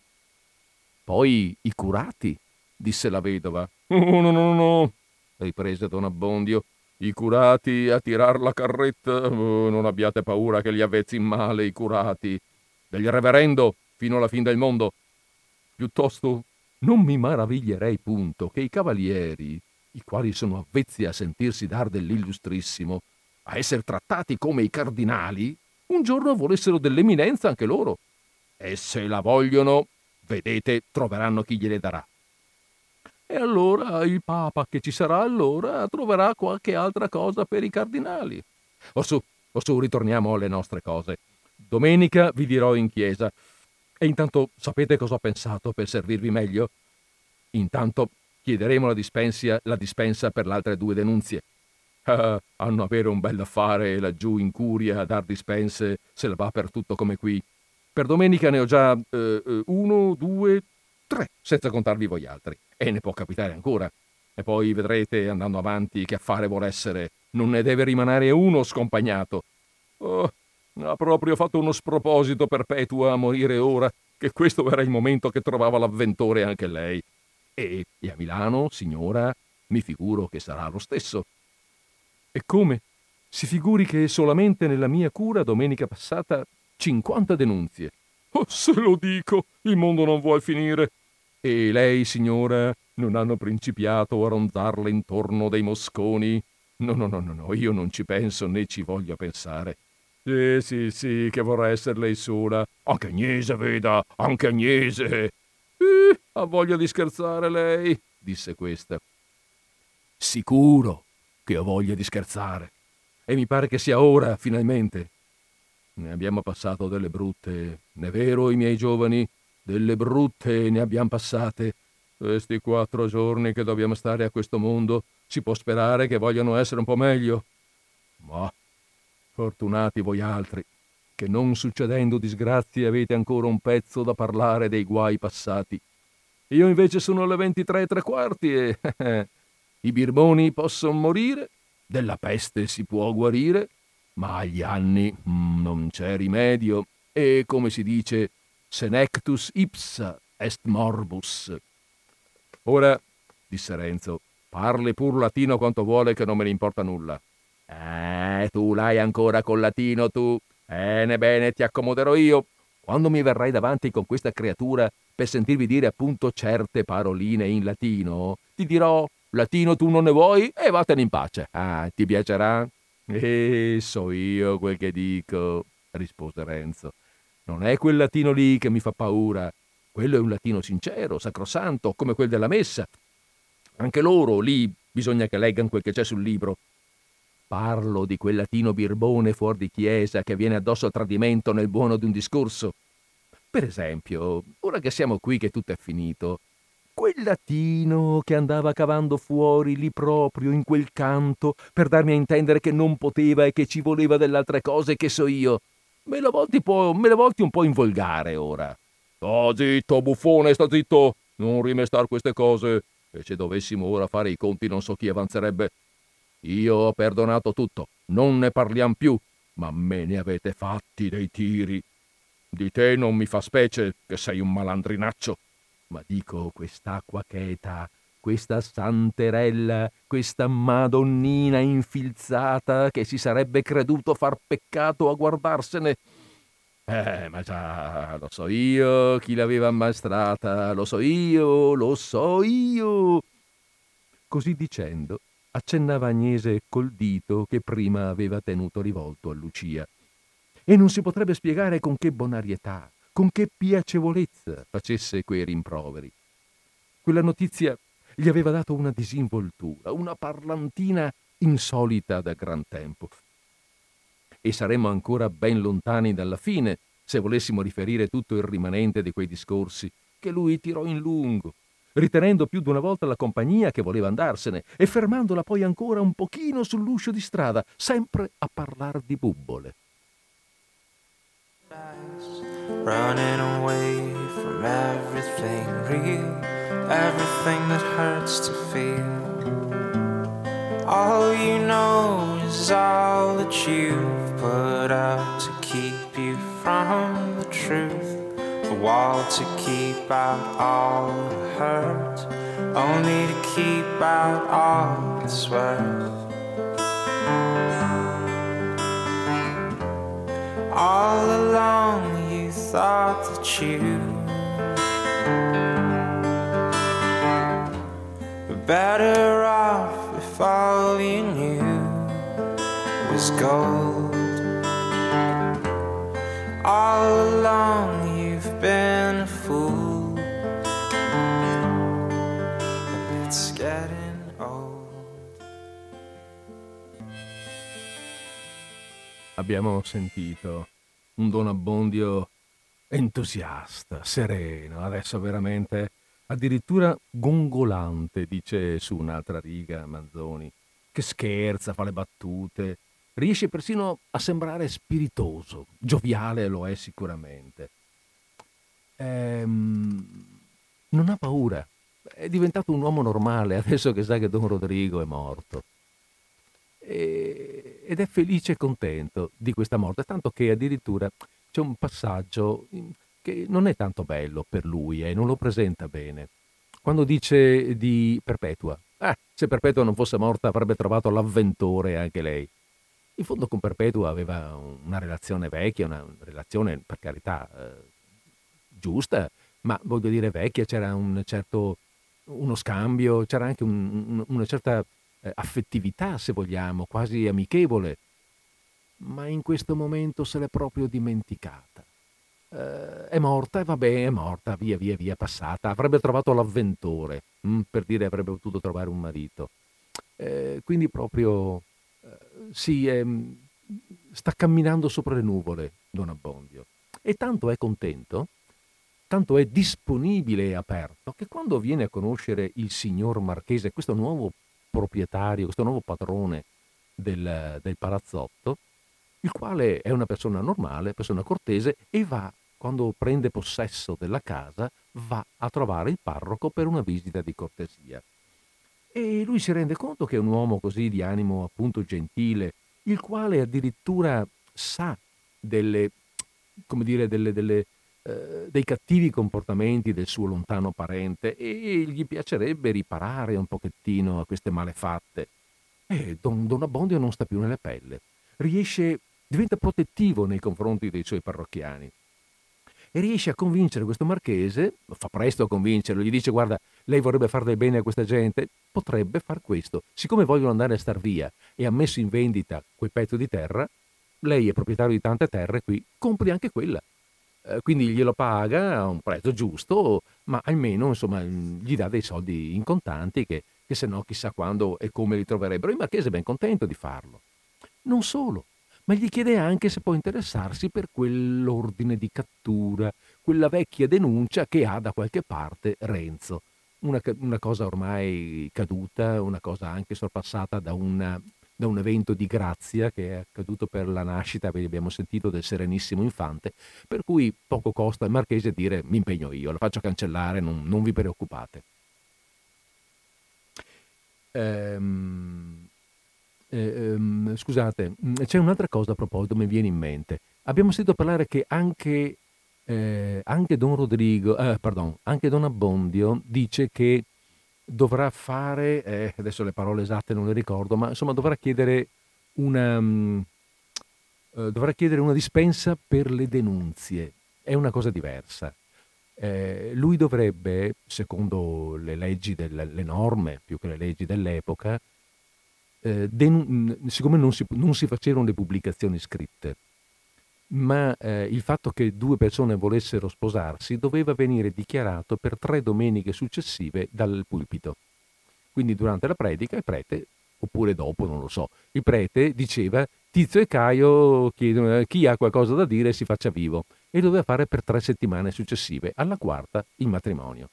poi i curati, disse la vedova. Oh, no, riprese Don Abbondio, i curati a tirar la carretta, non abbiate paura che li avvezzi in male i curati, del reverendo fino alla fin del mondo. Piuttosto non mi maraviglierei punto che i cavalieri, i quali sono avvezzi a sentirsi dar dell'illustrissimo, a essere trattati come i cardinali, un giorno volessero dell'eminenza anche loro. E se la vogliono, vedete, troveranno chi gliele darà. E allora il Papa che ci sarà allora troverà qualche altra cosa per i cardinali. Orsù, ritorniamo alle nostre cose. Domenica vi dirò in chiesa. E intanto sapete cosa ho pensato per servirvi meglio? Intanto chiederemo la dispensa per le altre 2 denunzie. Hanno avere un bel affare laggiù in curia a dar dispense, se la va per tutto come qui. Per domenica ne ho già 1, 2, 3, senza contarvi voi altri. E ne può capitare ancora. E poi vedrete, andando avanti, che affare vuol essere. Non ne deve rimanere uno scompagnato. Oh, ha proprio fatto uno sproposito perpetuo a morire ora, che questo era il momento che trovava l'avventore anche lei. E a Milano, signora, mi figuro che sarà lo stesso. E come? Si figuri che solamente nella mia cura domenica passata 50 denunzie. Oh, se lo dico, il mondo non vuol finire. E lei, signora, non hanno principiato a ronzarle intorno dei mosconi? No, io non ci penso né ci voglio pensare. Sì, che vorrà essere lei sola. Anche Agnese, veda, anche Agnese. Ha voglia di scherzare lei, disse questa. Sicuro che ho voglia di scherzare. E mi pare che sia ora, finalmente. Ne abbiamo passato delle brutte, n'è vero, i miei giovani? Delle brutte ne abbiamo passate. Questi 4 giorni che dobbiamo stare a questo mondo, si può sperare che vogliano essere un po' meglio. Ma fortunati voi altri, che non succedendo disgrazie avete ancora un pezzo da parlare dei guai passati. Io invece sono alle 23:15 e i birboni possono morire, della peste si può guarire, ma agli anni non c'è rimedio, e come si dice, senectus ipsa est morbus. Ora, disse Renzo, parli pur latino quanto vuole che non me ne importa nulla. Tu l'hai ancora col latino, tu? Bene, ti accomoderò io. Quando mi verrai davanti con questa creatura per sentirvi dire appunto certe paroline in latino, ti dirò, latino tu non ne vuoi e vattene in pace. Ti piacerà? So io quel che dico, rispose Renzo. Non è quel latino lì che mi fa paura. Quello è un latino sincero, sacrosanto, come quel della messa. Anche loro, lì, bisogna che leggano quel che c'è sul libro. Parlo di quel latino birbone fuor di chiesa che viene addosso al tradimento nel buono di un discorso. Per esempio, ora che siamo qui che tutto è finito, quel latino che andava cavando fuori lì proprio in quel canto per darmi a intendere che non poteva e che ci voleva delle altre cose che so io. Me lo volti un po' in volgare ora. Sta zitto, buffone, sta zitto! Non rimestar queste cose. E se dovessimo ora fare i conti non so chi avanzerebbe. Io ho perdonato tutto, non ne parliamo più, ma me ne avete fatti dei tiri. Di te non mi fa specie che sei un malandrinaccio, ma dico quest'acqua cheta, questa santerella, questa madonnina infilzata che si sarebbe creduto far peccato a guardarsene. Ma già, lo so io chi l'aveva ammaestrata, lo so io, lo so io. Così dicendo, accennava Agnese col dito che prima aveva tenuto rivolto a Lucia. E non si potrebbe spiegare con che bonarietà, con che piacevolezza facesse quei rimproveri. Quella notizia gli aveva dato una disinvoltura, una parlantina insolita da gran tempo. E saremmo ancora ben lontani dalla fine se volessimo riferire tutto il rimanente di quei discorsi che lui tirò in lungo, ritenendo più d'una volta la compagnia che voleva andarsene e fermandola poi ancora un pochino sull'uscio di strada, sempre a parlar di bubbole. Running away from everything real, everything that hurts to feel. All you know is all that you've put up to keep you from the truth. The wall to keep out all the hurt, only to keep out all that's worth. All along you thought that you were better off if all you knew was gold. All along you've been a fool, and it's getting old. Abbiamo sentito un Don Abbondio entusiasta, sereno, adesso veramente addirittura gongolante, dice su un'altra riga Manzoni, che scherza, fa le battute, riesce persino a sembrare spiritoso, gioviale lo è sicuramente. Non ha paura, è diventato un uomo normale adesso che sa che Don Rodrigo è morto. Ed è felice e contento di questa morte, tanto che addirittura c'è un passaggio che non è tanto bello per lui e non lo presenta bene. Quando dice di Perpetua, se Perpetua non fosse morta avrebbe trovato l'avventore anche lei. In fondo con Perpetua aveva una relazione vecchia, una relazione per carità giusta, ma voglio dire vecchia, c'era uno scambio, c'era anche una certa affettività, se vogliamo, quasi amichevole, ma in questo momento se l'è proprio dimenticata. È morta e vabbè, è morta, via, passata. Avrebbe trovato l'avventore, per dire avrebbe potuto trovare un marito. Quindi proprio sì, sta camminando sopra le nuvole Don Abbondio. E tanto è contento, tanto è disponibile e aperto, che quando viene a conoscere il signor Marchese, questo nuovo proprietario, questo nuovo padrone del palazzotto, il quale è una persona normale, persona cortese, e va, quando prende possesso della casa, va a trovare il parroco per una visita di cortesia. E lui si rende conto che è un uomo così di animo appunto gentile, il quale addirittura sa dei cattivi comportamenti del suo lontano parente e gli piacerebbe riparare un pochettino a queste malefatte. E Don Abbondio non sta più nelle pelle, diventa protettivo nei confronti dei suoi parrocchiani e riesce a convincere questo marchese, fa presto a convincerlo, gli dice guarda, lei vorrebbe fare del bene a questa gente, potrebbe far questo. Siccome vogliono andare a star via e ha messo in vendita quel pezzo di terra, lei è proprietario di tante terre qui, compri anche quella. Quindi glielo paga a un prezzo giusto, ma almeno insomma gli dà dei soldi in contanti che se no chissà quando e come li troverebbero. Il marchese è ben contento di farlo. Non solo, ma gli chiede anche se può interessarsi per quell'ordine di cattura, quella vecchia denuncia che ha da qualche parte Renzo. Una cosa ormai caduta, una cosa anche sorpassata da un evento di grazia che è accaduto per la nascita, ve abbiamo sentito, del Serenissimo Infante, per cui poco costa al marchese dire mi impegno io, la faccio cancellare, non vi preoccupate. Scusate, c'è un'altra cosa a proposito, mi viene in mente. Abbiamo sentito parlare che anche Don Rodrigo, anche Don Abbondio dice che dovrà fare, adesso le parole esatte non le ricordo, ma insomma dovrà chiedere una dispensa per le denunzie. È una cosa diversa. Lui dovrebbe, secondo le leggi, le norme, più che le leggi dell'epoca, siccome non si facevano le pubblicazioni scritte, ma il fatto che due persone volessero sposarsi doveva venire dichiarato per 3 domeniche successive dal pulpito. Quindi durante la predica il prete, oppure dopo, non lo so, il prete diceva Tizio e Caio chiedono chi ha qualcosa da dire si faccia vivo, e doveva fare per 3 settimane successive, alla quarta il matrimonio.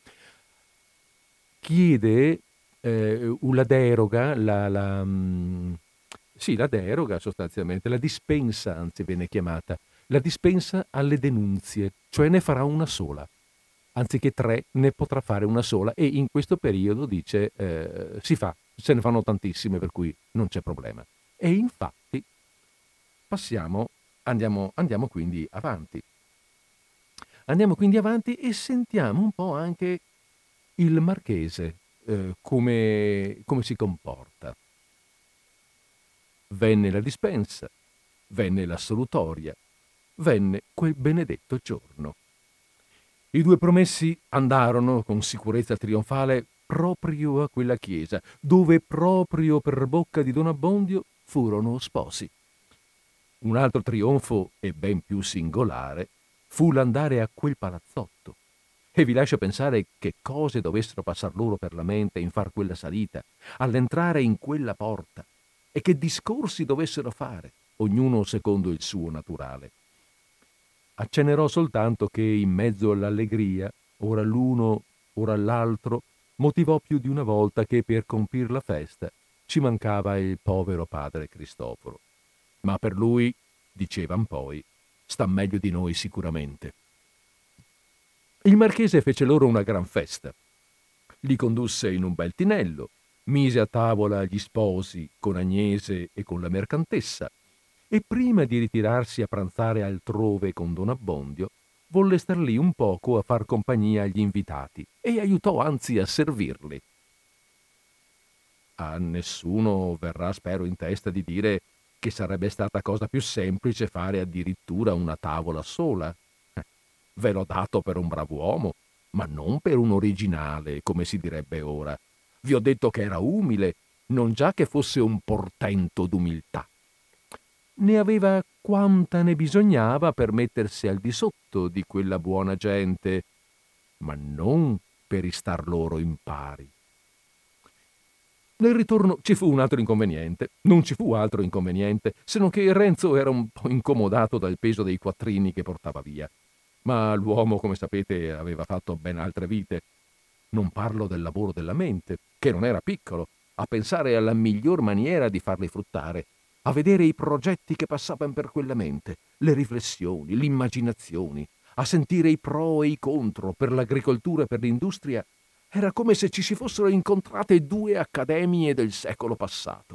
Chiede una deroga, la deroga sostanzialmente, la dispensa anzi viene chiamata, la dispensa alle denunzie, cioè ne farà una sola, anziché 3 ne potrà fare una sola, e in questo periodo dice se ne fanno tantissime per cui non c'è problema. E infatti andiamo quindi avanti. Andiamo quindi avanti e sentiamo un po' anche il marchese come si comporta. Venne la dispensa, venne l'assolutoria, venne quel benedetto giorno. I 2 promessi andarono con sicurezza trionfale proprio a quella chiesa, dove proprio per bocca di Don Abbondio furono sposi. Un altro trionfo, e ben più singolare, fu l'andare a quel palazzotto. E vi lascio pensare che cose dovessero passar loro per la mente in far quella salita, all'entrare in quella porta, e che discorsi dovessero fare, ognuno secondo il suo naturale. Accennerò soltanto che in mezzo all'allegria, ora l'uno, ora l'altro, motivò più di una volta che per compir la festa ci mancava il povero padre Cristoforo. Ma per lui, dicevan poi, sta meglio di noi sicuramente. Il marchese fece loro una gran festa. Li condusse in un bel tinello, mise a tavola gli sposi con Agnese e con la mercantessa, e prima di ritirarsi a pranzare altrove con Don Abbondio, volle star lì un poco a far compagnia agli invitati e aiutò anzi a servirli. A nessuno verrà, spero, in testa di dire che sarebbe stata cosa più semplice fare addirittura una tavola sola. Ve l'ho dato per un brav'uomo, ma non per un originale, come si direbbe ora. Vi ho detto che era umile, non già che fosse un portento d'umiltà. Ne aveva quanta ne bisognava per mettersi al di sotto di quella buona gente, ma non per istar loro in pari. Nel ritorno ci fu un altro inconveniente. Non ci fu altro inconveniente, se non che Renzo era un po' incomodato dal peso dei quattrini che portava via. Ma l'uomo, come sapete, aveva fatto ben altre vite. Non parlo del lavoro della mente, che non era piccolo, a pensare alla miglior maniera di farli fruttare, a vedere i progetti che passavano per quella mente, le riflessioni, l'immaginazione, a sentire i pro e i contro per l'agricoltura e per l'industria. Era come se ci si fossero incontrate 2 accademie del secolo passato.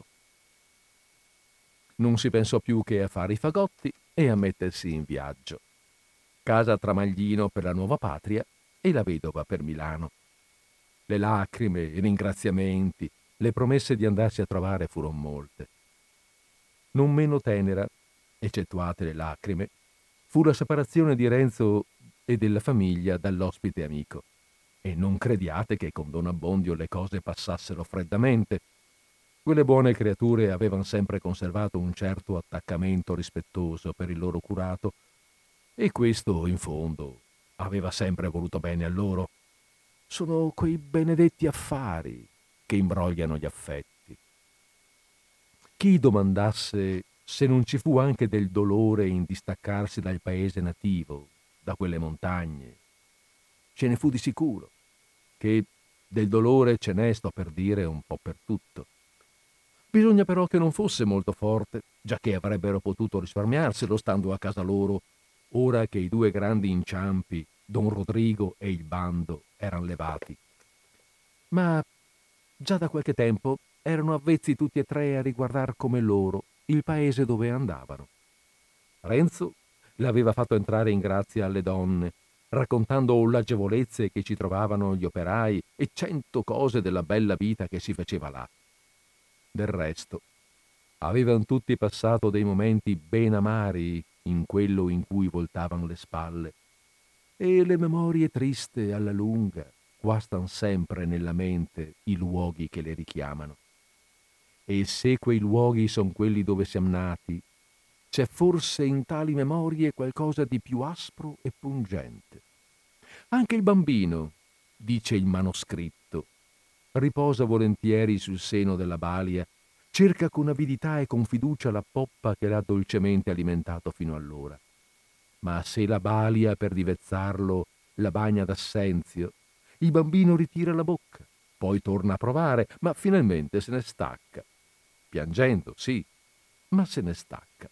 Non si pensò più che a fare i fagotti e a mettersi in viaggio. Casa a Tramaglino per la nuova patria e la vedova per Milano. Le lacrime, i ringraziamenti, le promesse di andarsi a trovare furono molte. Non meno tenera, eccettuate le lacrime, fu la separazione di Renzo e della famiglia dall'ospite amico. E non crediate che con Don Abbondio le cose passassero freddamente. Quelle buone creature avevano sempre conservato un certo attaccamento rispettoso per il loro curato, e questo, in fondo, aveva sempre voluto bene a loro. Sono quei benedetti affari che imbrogliano gli affetti. Chi domandasse se non ci fu anche del dolore in distaccarsi dal paese nativo, da quelle montagne, ce ne fu di sicuro, che del dolore ce n'è, sto per dire, un po' per tutto. Bisogna però che non fosse molto forte, giacché avrebbero potuto risparmiarselo stando a casa loro, ora che i due grandi inciampi, Don Rodrigo e il bando, erano levati. Ma già da qualche tempo erano avvezzi tutti e tre a riguardar come loro il paese dove andavano. Renzo l'aveva fatto entrare in grazia alle donne, raccontando l'agevolezze che ci trovavano gli operai e 100 cose della bella vita che si faceva là. Del resto, avevano tutti passato dei momenti ben amari in quello in cui voltavano le spalle, e le memorie triste alla lunga guastan sempre nella mente i luoghi che le richiamano. E se quei luoghi son quelli dove siam nati, c'è forse in tali memorie qualcosa di più aspro e pungente. Anche il bambino, dice il manoscritto, riposa volentieri sul seno della balia, cerca con avidità e con fiducia la poppa che l'ha dolcemente alimentato fino allora. Ma se la balia per divezzarlo la bagna d'assenzio, il bambino ritira la bocca, poi torna a provare, ma finalmente se ne stacca. Piangendo, sì, ma se ne stacca.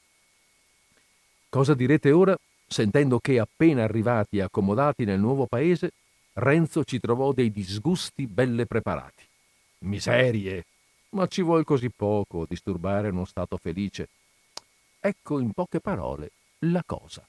Cosa direte ora, sentendo che appena arrivati e accomodati nel nuovo paese, Renzo ci trovò dei disgusti belle preparati? Miserie! Ma ci vuol così poco a disturbare uno stato felice. Ecco in poche parole la cosa.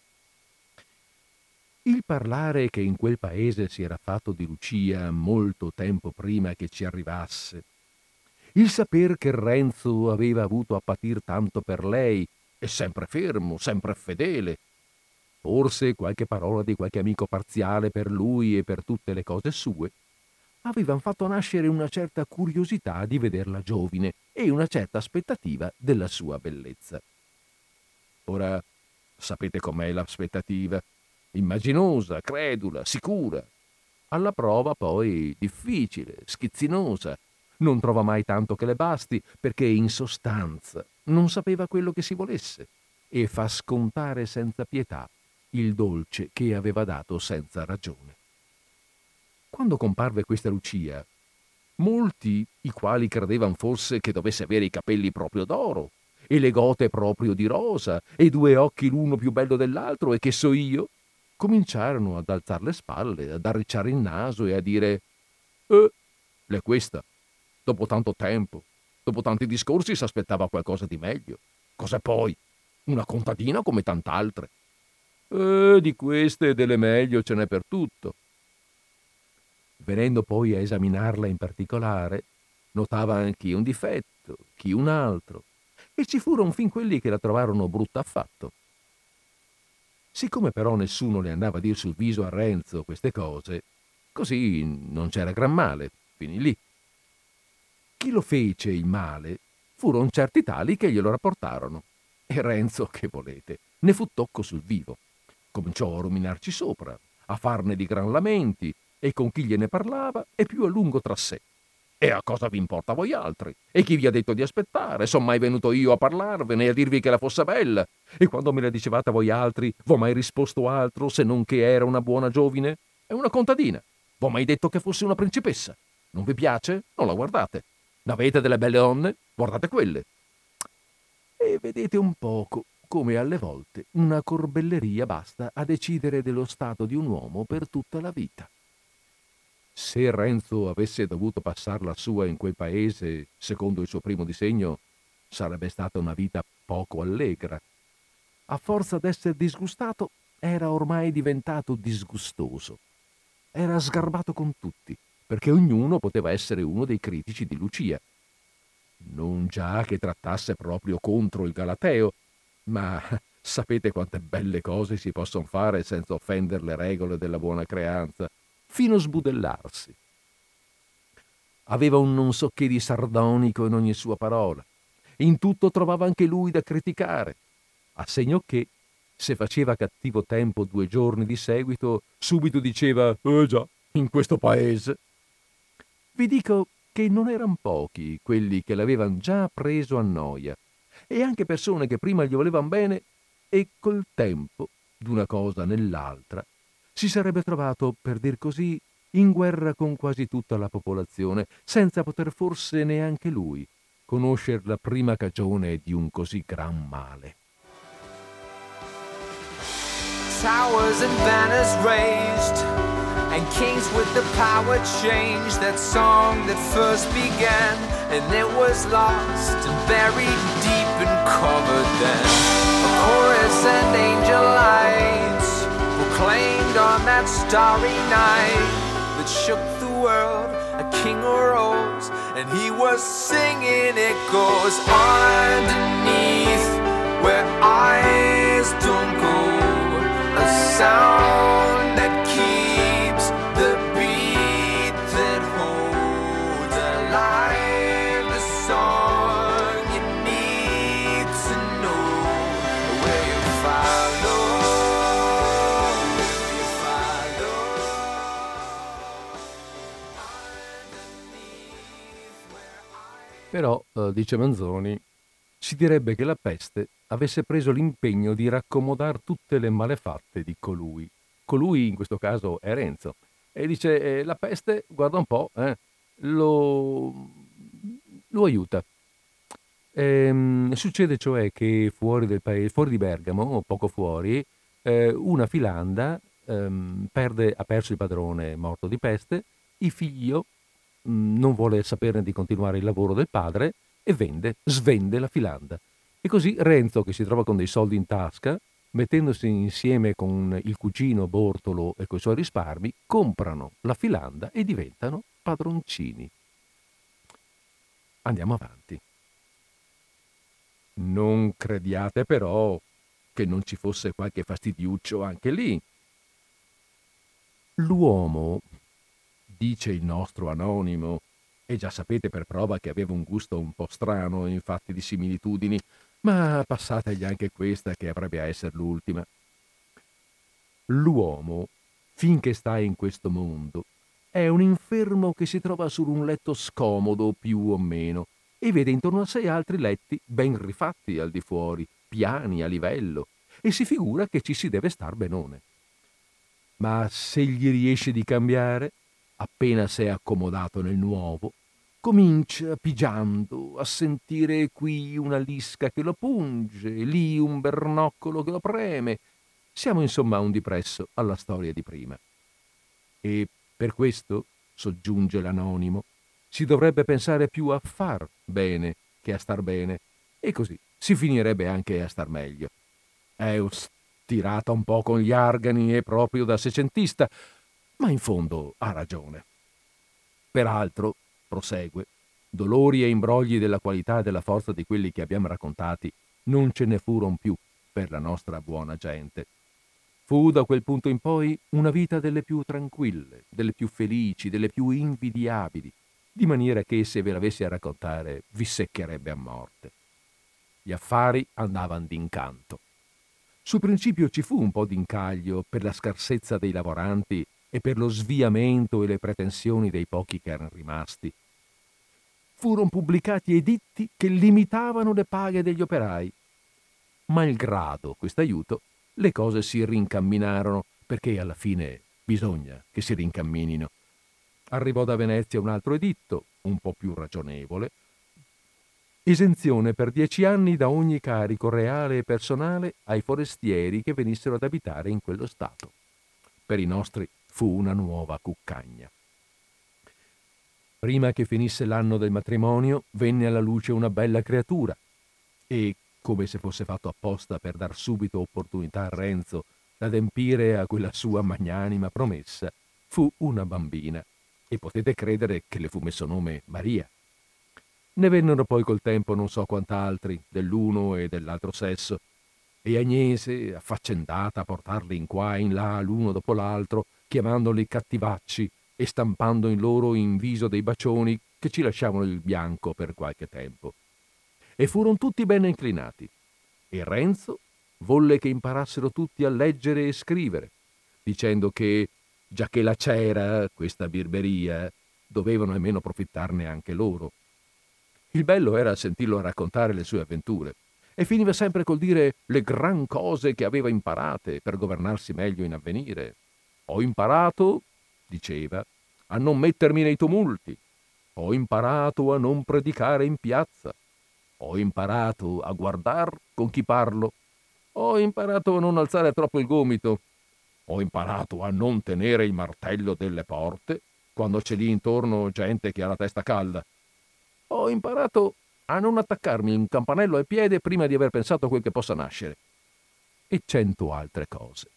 Il parlare che in quel paese si era fatto di Lucia molto tempo prima che ci arrivasse, il saper che Renzo aveva avuto a patir tanto per lei, e sempre fermo, sempre fedele, forse qualche parola di qualche amico parziale per lui e per tutte le cose sue, avevano fatto nascere una certa curiosità di vederla giovine e una certa aspettativa della sua bellezza. Ora, sapete com'è l'aspettativa? Immaginosa, credula, sicura. Alla prova poi difficile, schizzinosa. Non trova mai tanto che le basti, perché in sostanza non sapeva quello che si volesse e fa scontare senza pietà il dolce che aveva dato senza ragione. Quando comparve questa Lucia, molti, i quali credevano forse che dovesse avere i capelli proprio d'oro, e le gote proprio di rosa, e due occhi l'uno più bello dell'altro, e che so io, cominciarono ad alzar le spalle, ad arricciare il naso e a dire l'è questa. Dopo tanto tempo, dopo tanti discorsi, s'aspettava qualcosa di meglio. Cos'è poi? Una contadina come tant'altre. Di queste e delle meglio ce n'è per tutto. Venendo poi a esaminarla in particolare, notava chi un difetto, chi un altro, e ci furono fin quelli che la trovarono brutta affatto. Siccome però nessuno le andava a dir sul viso a Renzo queste cose, così non c'era gran male, finì lì. Chi lo fece il male furono certi tali che glielo rapportarono, e Renzo, che volete, ne fu tocco sul vivo. Cominciò a ruminarci sopra, a farne di gran lamenti, e con chi gliene parlava e più a lungo tra sé. E a cosa vi importa a voi altri? E chi vi ha detto di aspettare? Son mai venuto io a parlarvene e a dirvi che la fosse bella? E quando me la dicevate a voi altri, v'ho mai risposto altro se non che era una buona giovine? È una contadina. V'ho mai detto che fosse una principessa? Non vi piace? Non la guardate. N'avete delle belle donne? Guardate quelle. E vedete un poco come alle volte una corbelleria basta a decidere dello stato di un uomo per tutta la vita. Se Renzo avesse dovuto passar la sua in quel paese, secondo il suo primo disegno, sarebbe stata una vita poco allegra. A forza d'essere disgustato, era ormai diventato disgustoso. Era sgarbato con tutti, perché ognuno poteva essere uno dei critici di Lucia. Non già che trattasse proprio contro il Galateo, ma Sapete quante belle cose si possono fare senza offendere le regole della buona creanza, fino a sbudellarsi. Aveva un non so che di sardonico in ogni sua parola. In tutto trovava anche lui da criticare, a segno che, se faceva cattivo tempo 2 giorni di seguito, subito diceva già, in questo paese». Vi dico che non eran pochi quelli che l'avevano già preso a noia, e anche persone che prima gli volevan bene e col tempo, d'una cosa nell'altra, si sarebbe trovato, per dir così, in guerra con quasi tutta la popolazione, senza poter forse neanche lui conoscer la prima cagione di un così gran male. Towers and banners raised, and kings with the power changed. That song that first began, and it was lost and buried deep and covered then. A chorus and angel lights proclaimed on that starry night that shook the world. A king arose, and he was singing. It goes underneath where eyes don't go, a sound that keeps the beat that holds alive the song you need to know. Where you follow, Però, dice Manzoni, si direbbe che la peste avesse preso l'impegno di raccomodar tutte le malefatte di colui. Colui in questo caso è Renzo. E dice, la peste, guarda un po', lo aiuta. Succede cioè che fuori del paese, fuori di Bergamo, o poco fuori, una filanda ha perso il padrone morto di peste, il figlio non vuole saperne di continuare il lavoro del padre e svende la filanda. E così Renzo, che si trova con dei soldi in tasca, mettendosi insieme con il cugino Bortolo e coi suoi risparmi, comprano la filanda e diventano padroncini. Andiamo avanti. Non crediate però che non ci fosse qualche fastidiuccio anche lì. L'uomo, dice il nostro anonimo, e già sapete per prova che aveva un gusto un po' strano in fatti di similitudini, ma passategli anche questa che avrebbe a essere l'ultima. L'uomo, finché sta in questo mondo, è un infermo che si trova su un letto scomodo più o meno e vede intorno a sé altri letti ben rifatti al di fuori, piani a livello, e si figura che ci si deve star benone. Ma se gli riesce di cambiare, appena s'è accomodato nel nuovo, comincia, pigiando, a sentire qui una lisca che lo punge, lì un bernoccolo che lo preme. Siamo insomma un dipresso alla storia di prima. E per questo, soggiunge l'anonimo, si dovrebbe pensare più a far bene che a star bene, e così si finirebbe anche a star meglio. Tirata un po' con gli argani e proprio da secentista, ma in fondo ha ragione. Peraltro, prosegue, dolori e imbrogli della qualità e della forza di quelli che abbiamo raccontati non ce ne furono più per la nostra buona gente. Fu da quel punto in poi una vita delle più tranquille, delle più felici, delle più invidiabili, di maniera che se ve l'avessi a raccontare vi seccherebbe a morte. Gli affari andavano d'incanto. Sul principio ci fu un po' d'incaglio per la scarsezza dei lavoranti e per lo sviamento e le pretensioni dei pochi che erano rimasti. Furono pubblicati editti che limitavano le paghe degli operai. Malgrado questo aiuto, le cose si rincamminarono, perché alla fine bisogna che si rincamminino. Arrivò da Venezia un altro editto, un po' più ragionevole: esenzione per 10 anni da ogni carico reale e personale ai forestieri che venissero ad abitare in quello stato. Per i nostri fu una nuova cuccagna. Prima che finisse l'anno del matrimonio venne alla luce una bella creatura e, come se fosse fatto apposta per dar subito opportunità a Renzo d'adempiere a quella sua magnanima promessa, fu una bambina, e potete credere che le fu messo nome Maria. Ne vennero poi col tempo non so quant'altri, dell'uno e dell'altro sesso, e Agnese affaccendata a portarli in qua e in là l'uno dopo l'altro, chiamandoli cattivacci e stampando in loro in viso dei bacioni che ci lasciavano il bianco per qualche tempo. E furono tutti bene inclinati. E Renzo volle che imparassero tutti a leggere e scrivere, dicendo che, già che la c'era questa birberia, dovevano almeno profittarne anche loro. Il bello era sentirlo raccontare le sue avventure, e finiva sempre col dire le gran cose che aveva imparate per governarsi meglio in avvenire. Ho imparato, diceva, a non mettermi nei tumulti. Ho imparato a non predicare in piazza. Ho imparato a guardar con chi parlo. Ho imparato a non alzare troppo il gomito. Ho imparato a non tenere il martello delle porte quando c'è lì intorno gente che ha la testa calda. Ho imparato a non attaccarmi un campanello al piede prima di aver pensato a quel che possa nascere. E 100 altre cose.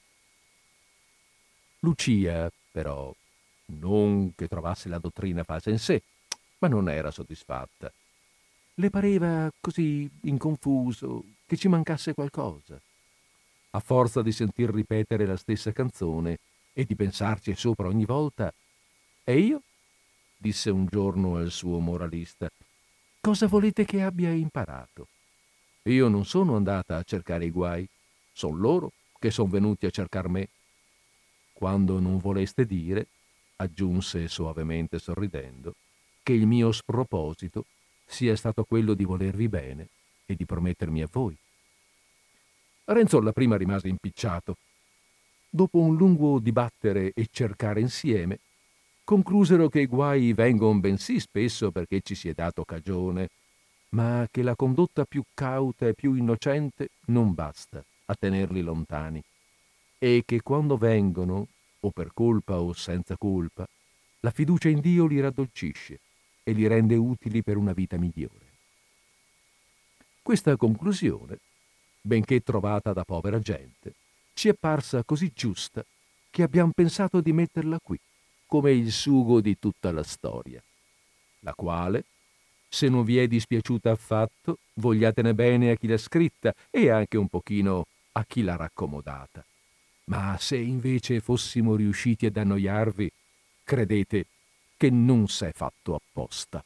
Lucia, però, non che trovasse la dottrina falsa in sé, ma non era soddisfatta. Le pareva così inconfuso che ci mancasse qualcosa. A forza di sentir ripetere la stessa canzone e di pensarci sopra ogni volta, e io? Disse un giorno al suo moralista, cosa volete che abbia imparato? Io non sono andata a cercare i guai, son loro che son venuti a cercar me. Quando non voleste dire, aggiunse soavemente sorridendo, che il mio sproposito sia stato quello di volervi bene e di promettermi a voi. Renzolla prima rimase impicciato. Dopo un lungo dibattere e cercare insieme, conclusero che i guai vengono bensì spesso perché ci si è dato cagione, ma che la condotta più cauta e più innocente non basta a tenerli lontani, e che quando vengono, o per colpa o senza colpa, la fiducia in Dio li raddolcisce e li rende utili per una vita migliore. Questa conclusione, benché trovata da povera gente, ci è parsa così giusta che abbiamo pensato di metterla qui, come il sugo di tutta la storia, la quale, se non vi è dispiaciuta affatto, vogliatene bene a chi l'ha scritta e anche un pochino a chi l'ha raccomodata. Ma se invece fossimo riusciti ad annoiarvi, credete che non s'è fatto apposta.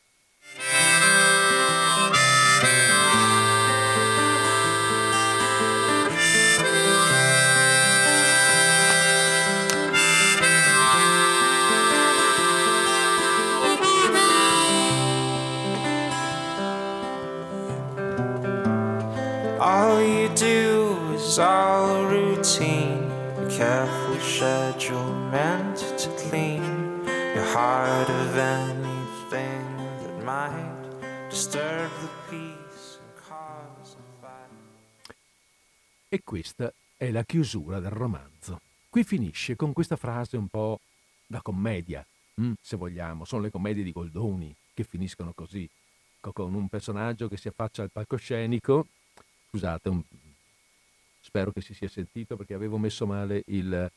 All you do is all routine, a careful schedule meant to clean your heart of anything that might disturb the peace and cause a fight. E questa è la chiusura del romanzo. Qui finisce con questa frase un po' da commedia, se vogliamo. Sono le commedie di Goldoni che finiscono così, con un personaggio che si affaccia al palcoscenico. Scusate, spero che si sia sentito perché avevo messo male il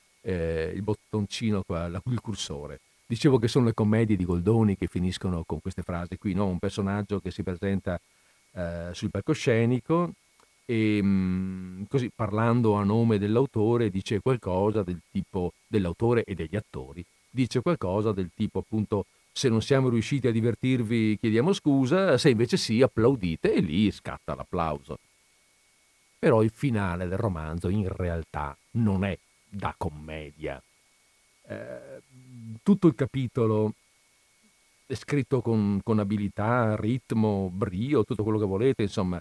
bottoncino qua, il cursore. Dicevo che sono le commedie di Goldoni che finiscono con queste frasi qui, no? Un personaggio che si presenta sul palcoscenico e così parlando a nome dell'autore dice qualcosa del tipo, dell'autore e degli attori, dice qualcosa del tipo appunto: se non siamo riusciti a divertirvi chiediamo scusa, se invece sì applaudite, e lì scatta l'applauso. Però il finale del romanzo in realtà non è da commedia. Tutto il capitolo è scritto con abilità, ritmo, brio, tutto quello che volete, insomma,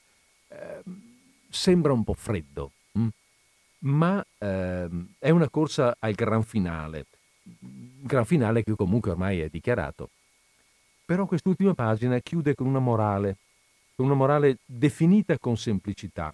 sembra un po' freddo, ma è una corsa al gran finale che comunque ormai è dichiarato. Però quest'ultima pagina chiude con una morale definita con semplicità.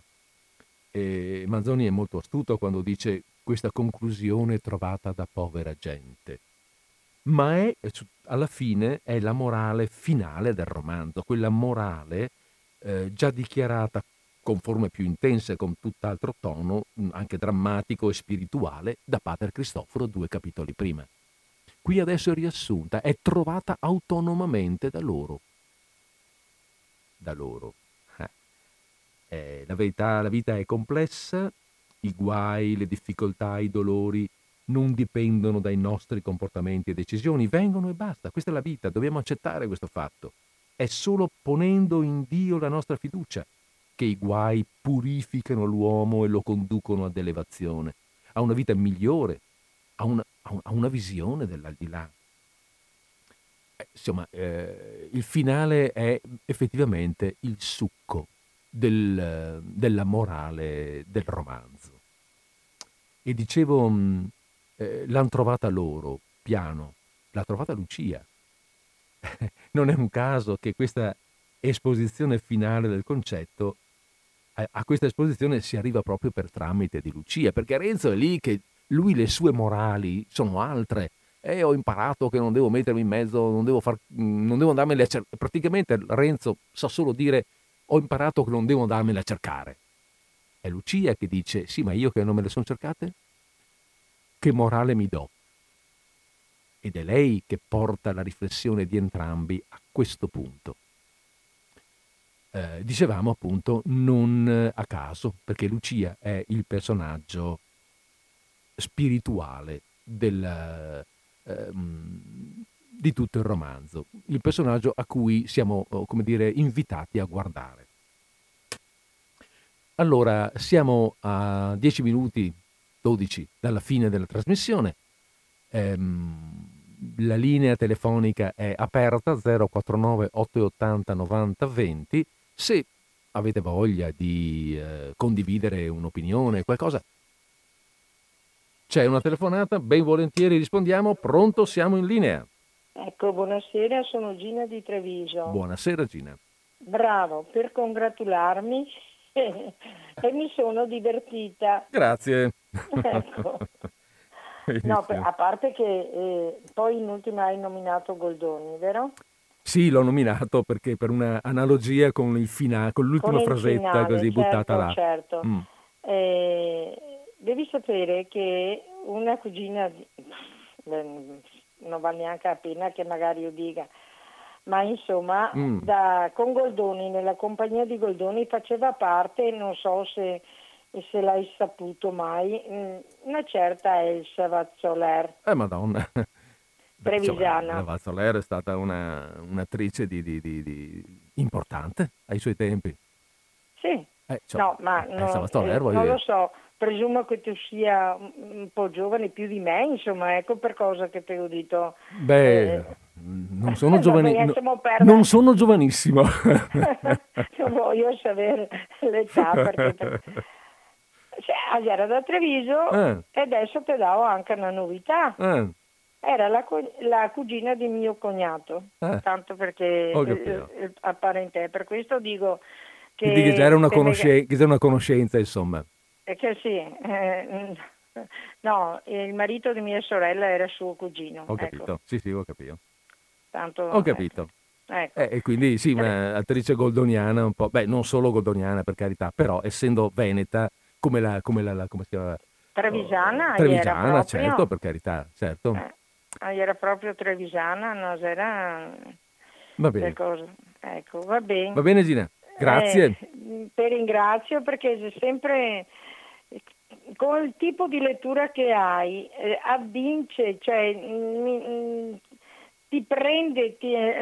E Manzoni è molto astuto quando dice questa conclusione trovata da povera gente, ma alla fine è la morale finale del romanzo, quella morale già dichiarata con forme più intense, con tutt'altro tono, anche drammatico e spirituale, da Pater Cristoforo 2 capitoli prima. Qui adesso è riassunta, è trovata autonomamente da loro. La vita è complessa, i guai, le difficoltà, i dolori non dipendono dai nostri comportamenti e decisioni, vengono e basta. Questa è la vita, dobbiamo accettare questo fatto. È solo ponendo in Dio la nostra fiducia che i guai purificano l'uomo e lo conducono ad elevazione, a una vita migliore, a una visione dell'aldilà. Insomma, il finale è effettivamente il succo della morale del romanzo. E dicevo, l'hanno trovata loro, piano, l'ha trovata Lucia. Non è un caso che questa esposizione finale del concetto, a questa esposizione si arriva proprio per tramite di Lucia, perché Renzo è lì che lui le sue morali sono altre. Ho imparato che non devo mettermi in mezzo, non devo andarmene a cercare. Praticamente Renzo sa solo dire ho imparato che non devo andarmene a cercare. È Lucia che dice sì, ma io che non me le sono cercate, che morale mi do? Ed è lei che porta la riflessione di entrambi a questo punto. Dicevamo appunto non a caso, perché Lucia è il personaggio spirituale di tutto il romanzo, il personaggio a cui siamo, come dire, invitati a guardare. Allora, siamo a 10 minuti, 12 dalla fine della trasmissione. La linea telefonica è aperta 049 880 90 20. Se avete voglia di condividere un'opinione, qualcosa, c'è una telefonata, ben volentieri rispondiamo. Pronto, siamo in linea. Ecco, buonasera, sono Gina di Treviso. Buonasera Gina. Bravo, per congratularmi e mi sono divertita. Grazie. Ecco. No, a parte che poi in ultima hai nominato Goldoni, vero? Sì, l'ho nominato perché per una analogia con il finale, con l'ultima frasetta finale, così certo, buttata là. Certo. Devi sapere che una cugina, non vale neanche la pena che magari io dica, ma insomma con Goldoni, nella compagnia di Goldoni faceva parte, non so se l'hai saputo mai, una certa Elsa Vazzoler. Madonna. Trevisana. La Vazzoler è stata un'attrice di importante ai suoi tempi. Sì. No, ma Vazzoler, non lo so, presumo che tu sia un po' giovane più di me, insomma, ecco per cosa che ti ho detto. Non sono giovanissimo. Non sono giovanissimo. Non voglio sapere l'età perché era da Treviso e adesso ti do anche una novità. Era la cugina di mio cognato, tanto perché apparente, per questo dico che già era una conoscenza, insomma. Che sì, no, il marito di mia sorella era suo cugino. Ho capito, ecco. Sì, ho capito. Tanto, ho capito. Ecco. E quindi sì, un'attrice goldoniana un po', non solo goldoniana per carità, però essendo veneta, come si chiama? Trevisana, Trevisana, certo, per carità, certo. Era proprio trevisana, no, era... Va bene. Ecco, va bene. Va bene Gina, grazie. Ti ringrazio perché sempre con il tipo di lettura che hai avvince, cioè ti prende,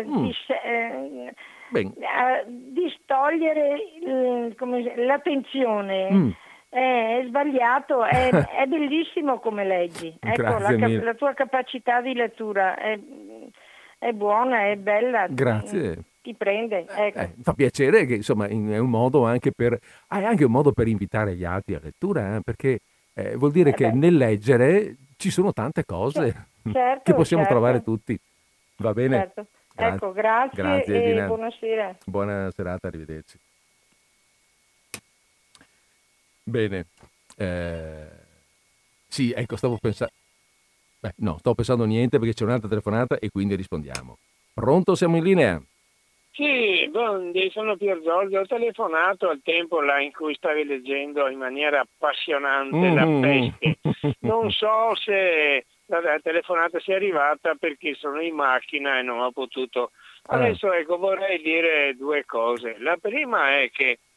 distogliere l'attenzione. È sbagliato, è bellissimo come leggi. Ecco, la tua capacità di lettura è buona, è bella. Grazie. Ti prende. Ecco. Fa piacere che insomma è un modo anche è anche un modo per invitare gli altri a lettura, perché vuol dire che nel leggere ci sono tante cose che possiamo trovare tutti. Va bene? Certo. Ecco, grazie e Gina. Buonasera. Buona serata, arrivederci. Bene, sì, ecco, stavo pensando niente perché c'è un'altra telefonata e quindi rispondiamo. Pronto, siamo in linea? Sì, sono Pier Giorgio, ho telefonato al tempo là in cui stavi leggendo in maniera appassionante La Peste. Non so se la telefonata sia arrivata perché sono in macchina e non ho potuto. Adesso ecco, vorrei dire due cose. La prima è che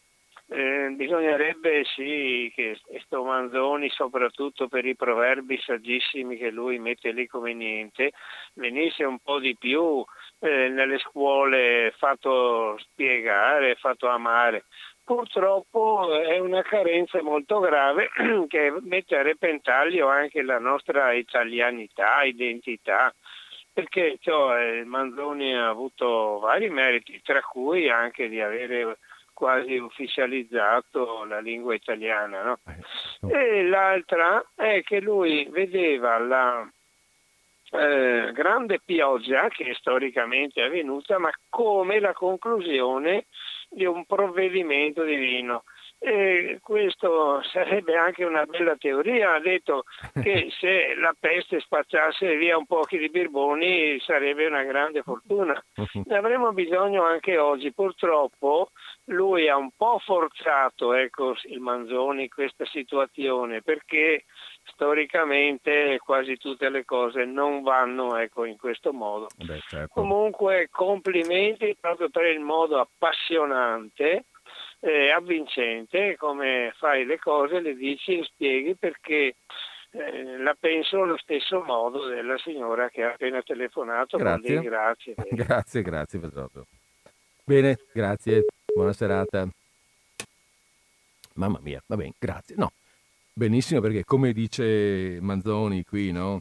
Bisognerebbe sì che sto Manzoni, soprattutto per i proverbi saggissimi che lui mette lì come niente, venisse un po' di più nelle scuole fatto spiegare, fatto amare. Purtroppo è una carenza molto grave che mette a repentaglio anche la nostra italianità, identità, perché Manzoni ha avuto vari meriti, tra cui anche di avere quasi ufficializzato la lingua italiana, no? E l'altra è che lui vedeva la grande pioggia che storicamente è avvenuta, ma come la conclusione di un provvedimento divino. E questo sarebbe anche una bella teoria. Ha detto che se la peste spazzasse via un po' di birboni sarebbe una grande fortuna. Ne avremo bisogno anche oggi. Purtroppo lui ha un po' forzato, il Manzoni, questa situazione, perché storicamente quasi tutte le cose non vanno in questo modo. Certo. Comunque complimenti proprio per il modo appassionante, avvincente, come fai le cose, le dici e spieghi, perché la penso allo stesso modo della signora che ha appena telefonato. Grazie. Grazie. Grazie proprio. Bene, grazie, buona serata. Mamma mia, va bene, grazie. No, benissimo, perché come dice Manzoni qui, no?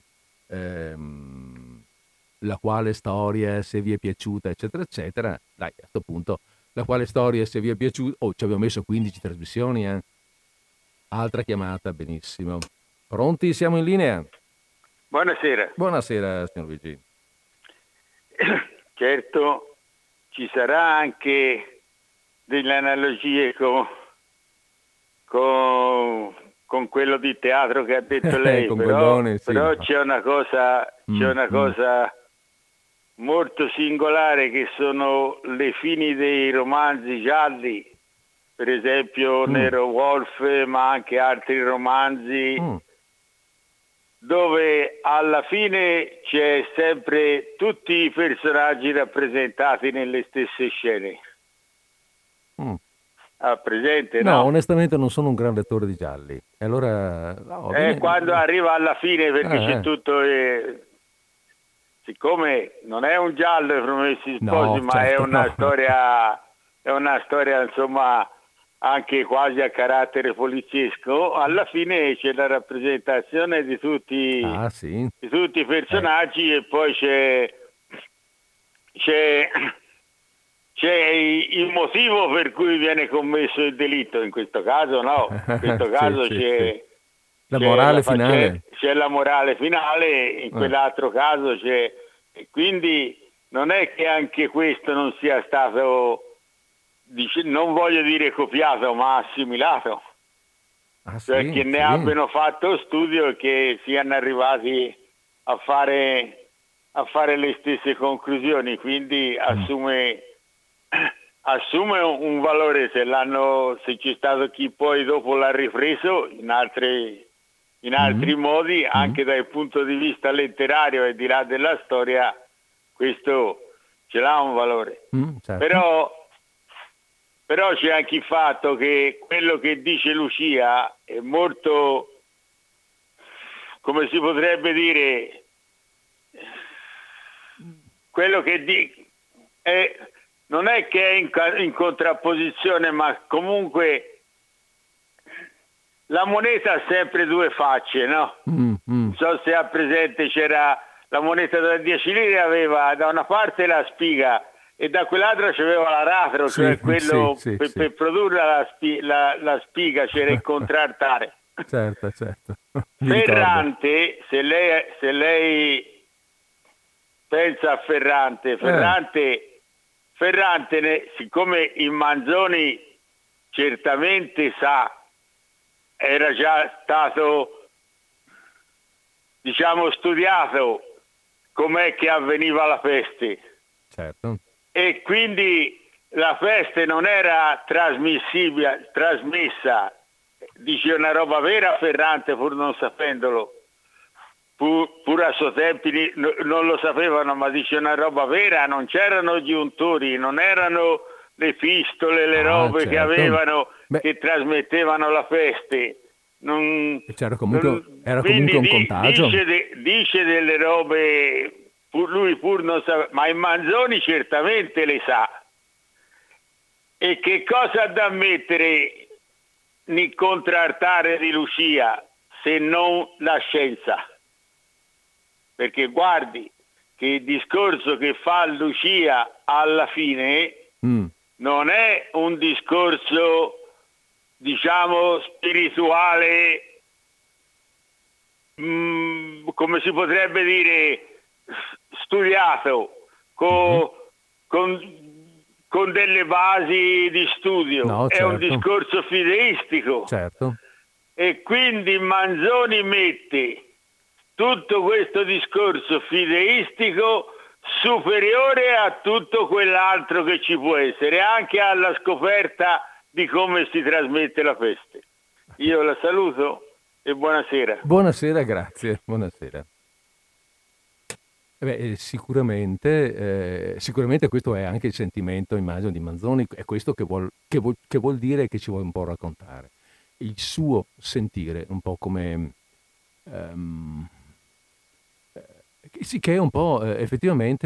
La quale storia, se vi è piaciuta, eccetera, eccetera. Dai, a questo punto, la quale storia, se vi è piaciuta... Oh, ci abbiamo messo 15 trasmissioni, eh? Altra chiamata, benissimo. Pronti? Siamo in linea? Buonasera. Buonasera, signor Luigi. Certo, ci sarà anche delle analogie con quello di teatro che ha detto lei, con però, Guaglione, sì. Però c'è una cosa molto singolare, che sono le fini dei romanzi gialli, per esempio Nero Wolf, ma anche altri romanzi, dove alla fine c'è sempre tutti i personaggi rappresentati nelle stesse scene. Presente, no? No, onestamente non sono un gran lettore di gialli. E allora quando arriva alla fine, perché c'è tutto, siccome non è un giallo I Promessi Sposi, ma certo, è una storia insomma anche quasi a carattere poliziesco, alla fine c'è la rappresentazione di tutti i personaggi, e poi c'è il motivo per cui viene commesso il delitto. In questo caso no, in questo caso c'è la morale finale. C'è la morale finale, in quell'altro caso c'è, e quindi non è che anche questo non sia stato, non voglio dire copiato, ma assimilato. Cioè che ne abbiano fatto studio e che siano arrivati a fare le stesse conclusioni, quindi assume un valore se c'è stato chi poi dopo l'ha ripreso in altri modi, anche dal punto di vista letterario e di là della storia, questo ce l'ha un valore. Certo. Però c'è anche il fatto che quello che dice Lucia è molto, come si potrebbe dire, quello che non è che è in contrapposizione, ma comunque la moneta ha sempre due facce, no? Non so se ha presente, c'era la moneta da 10 lire, aveva da una parte la spiga e da quell'altra c'aveva l'aratro, cioè quello per produrre la spiga c'era il contraltare. Certo. Ferrante, se lei pensa a Ferrante, siccome il Manzoni certamente era già stato, diciamo, studiato com'è che avveniva la peste. Certo. E quindi la peste non era trasmessa, dice una roba vera Ferrante, pur non sapendolo, pur a suo tempo non lo sapevano, ma dice una roba vera, non c'erano giuntori, non erano le pistole, le robe certo. che avevano, che trasmettevano la peste. Era comunque un contagio. Dice delle robe, lui pur non sa, ma il Manzoni certamente le sa. E che cosa ha da mettere nel contraltare di Lucia se non la scienza? Perché guardi che il discorso che fa Lucia alla fine non è un discorso, diciamo, spirituale, come si potrebbe dire, studiato, con delle basi di studio. No, certo. È un discorso fideistico. Certo. E quindi Manzoni mette tutto questo discorso fideistico superiore a tutto quell'altro che ci può essere, anche alla scoperta di come si trasmette la peste. Io la saluto e buonasera. Buonasera, grazie. Buonasera. Sicuramente questo è anche il sentimento, immagino, di Manzoni, è questo che vuol dire, che ci vuole un po' raccontare. Il suo sentire, un po' come... sì, che è un po' effettivamente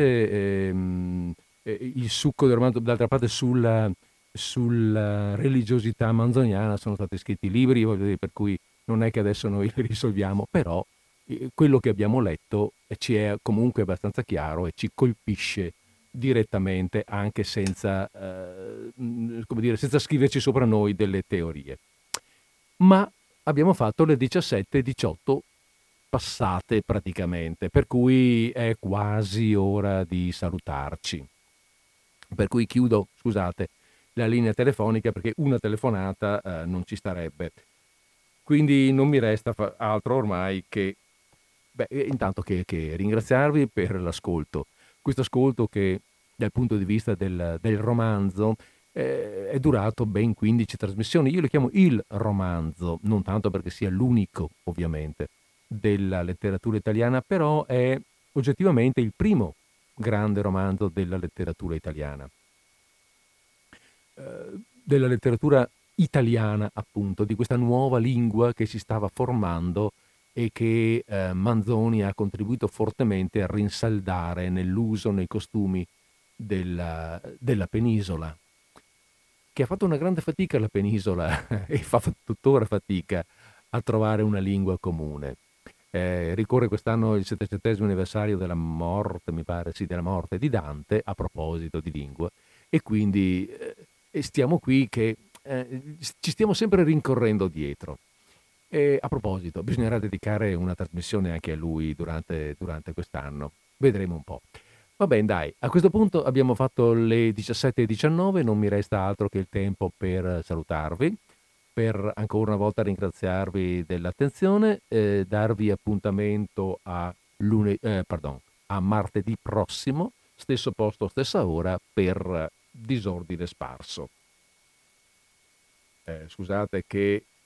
il succo del romanzo. D'altra parte sulla religiosità manzoniana sono stati scritti libri, voglio dire, per cui non è che adesso noi li risolviamo, però quello che abbiamo letto ci è comunque abbastanza chiaro e ci colpisce direttamente, anche senza, senza scriverci sopra noi delle teorie. Ma abbiamo fatto le 17:18 passate praticamente, per cui è quasi ora di salutarci. Per cui chiudo, scusate, la linea telefonica perché una telefonata non ci starebbe. Quindi non mi resta altro ormai che intanto che ringraziarvi per l'ascolto. Questo ascolto che dal punto di vista del romanzo è durato ben 15 trasmissioni. Io lo chiamo il romanzo, non tanto perché sia l'unico, ovviamente, della letteratura italiana, però è oggettivamente il primo grande romanzo della letteratura italiana. Della letteratura italiana, appunto, di questa nuova lingua che si stava formando e che Manzoni ha contribuito fortemente a rinsaldare nell'uso, nei costumi della penisola, che ha fatto una grande fatica la penisola e fa tuttora fatica a trovare una lingua comune. Ricorre quest'anno il 700° anniversario della morte, mi pare, sì, della morte di Dante, a proposito di lingua, e quindi stiamo qui che ci stiamo sempre rincorrendo dietro. E a proposito, bisognerà dedicare una trasmissione anche a lui durante quest'anno. Vedremo un po'. Va bene, dai, a questo punto abbiamo fatto le 17:19, non mi resta altro che il tempo per salutarvi, per ancora una volta ringraziarvi dell'attenzione, darvi appuntamento a martedì prossimo, stesso posto, stessa ora, per Disordine Sparso. Scusate che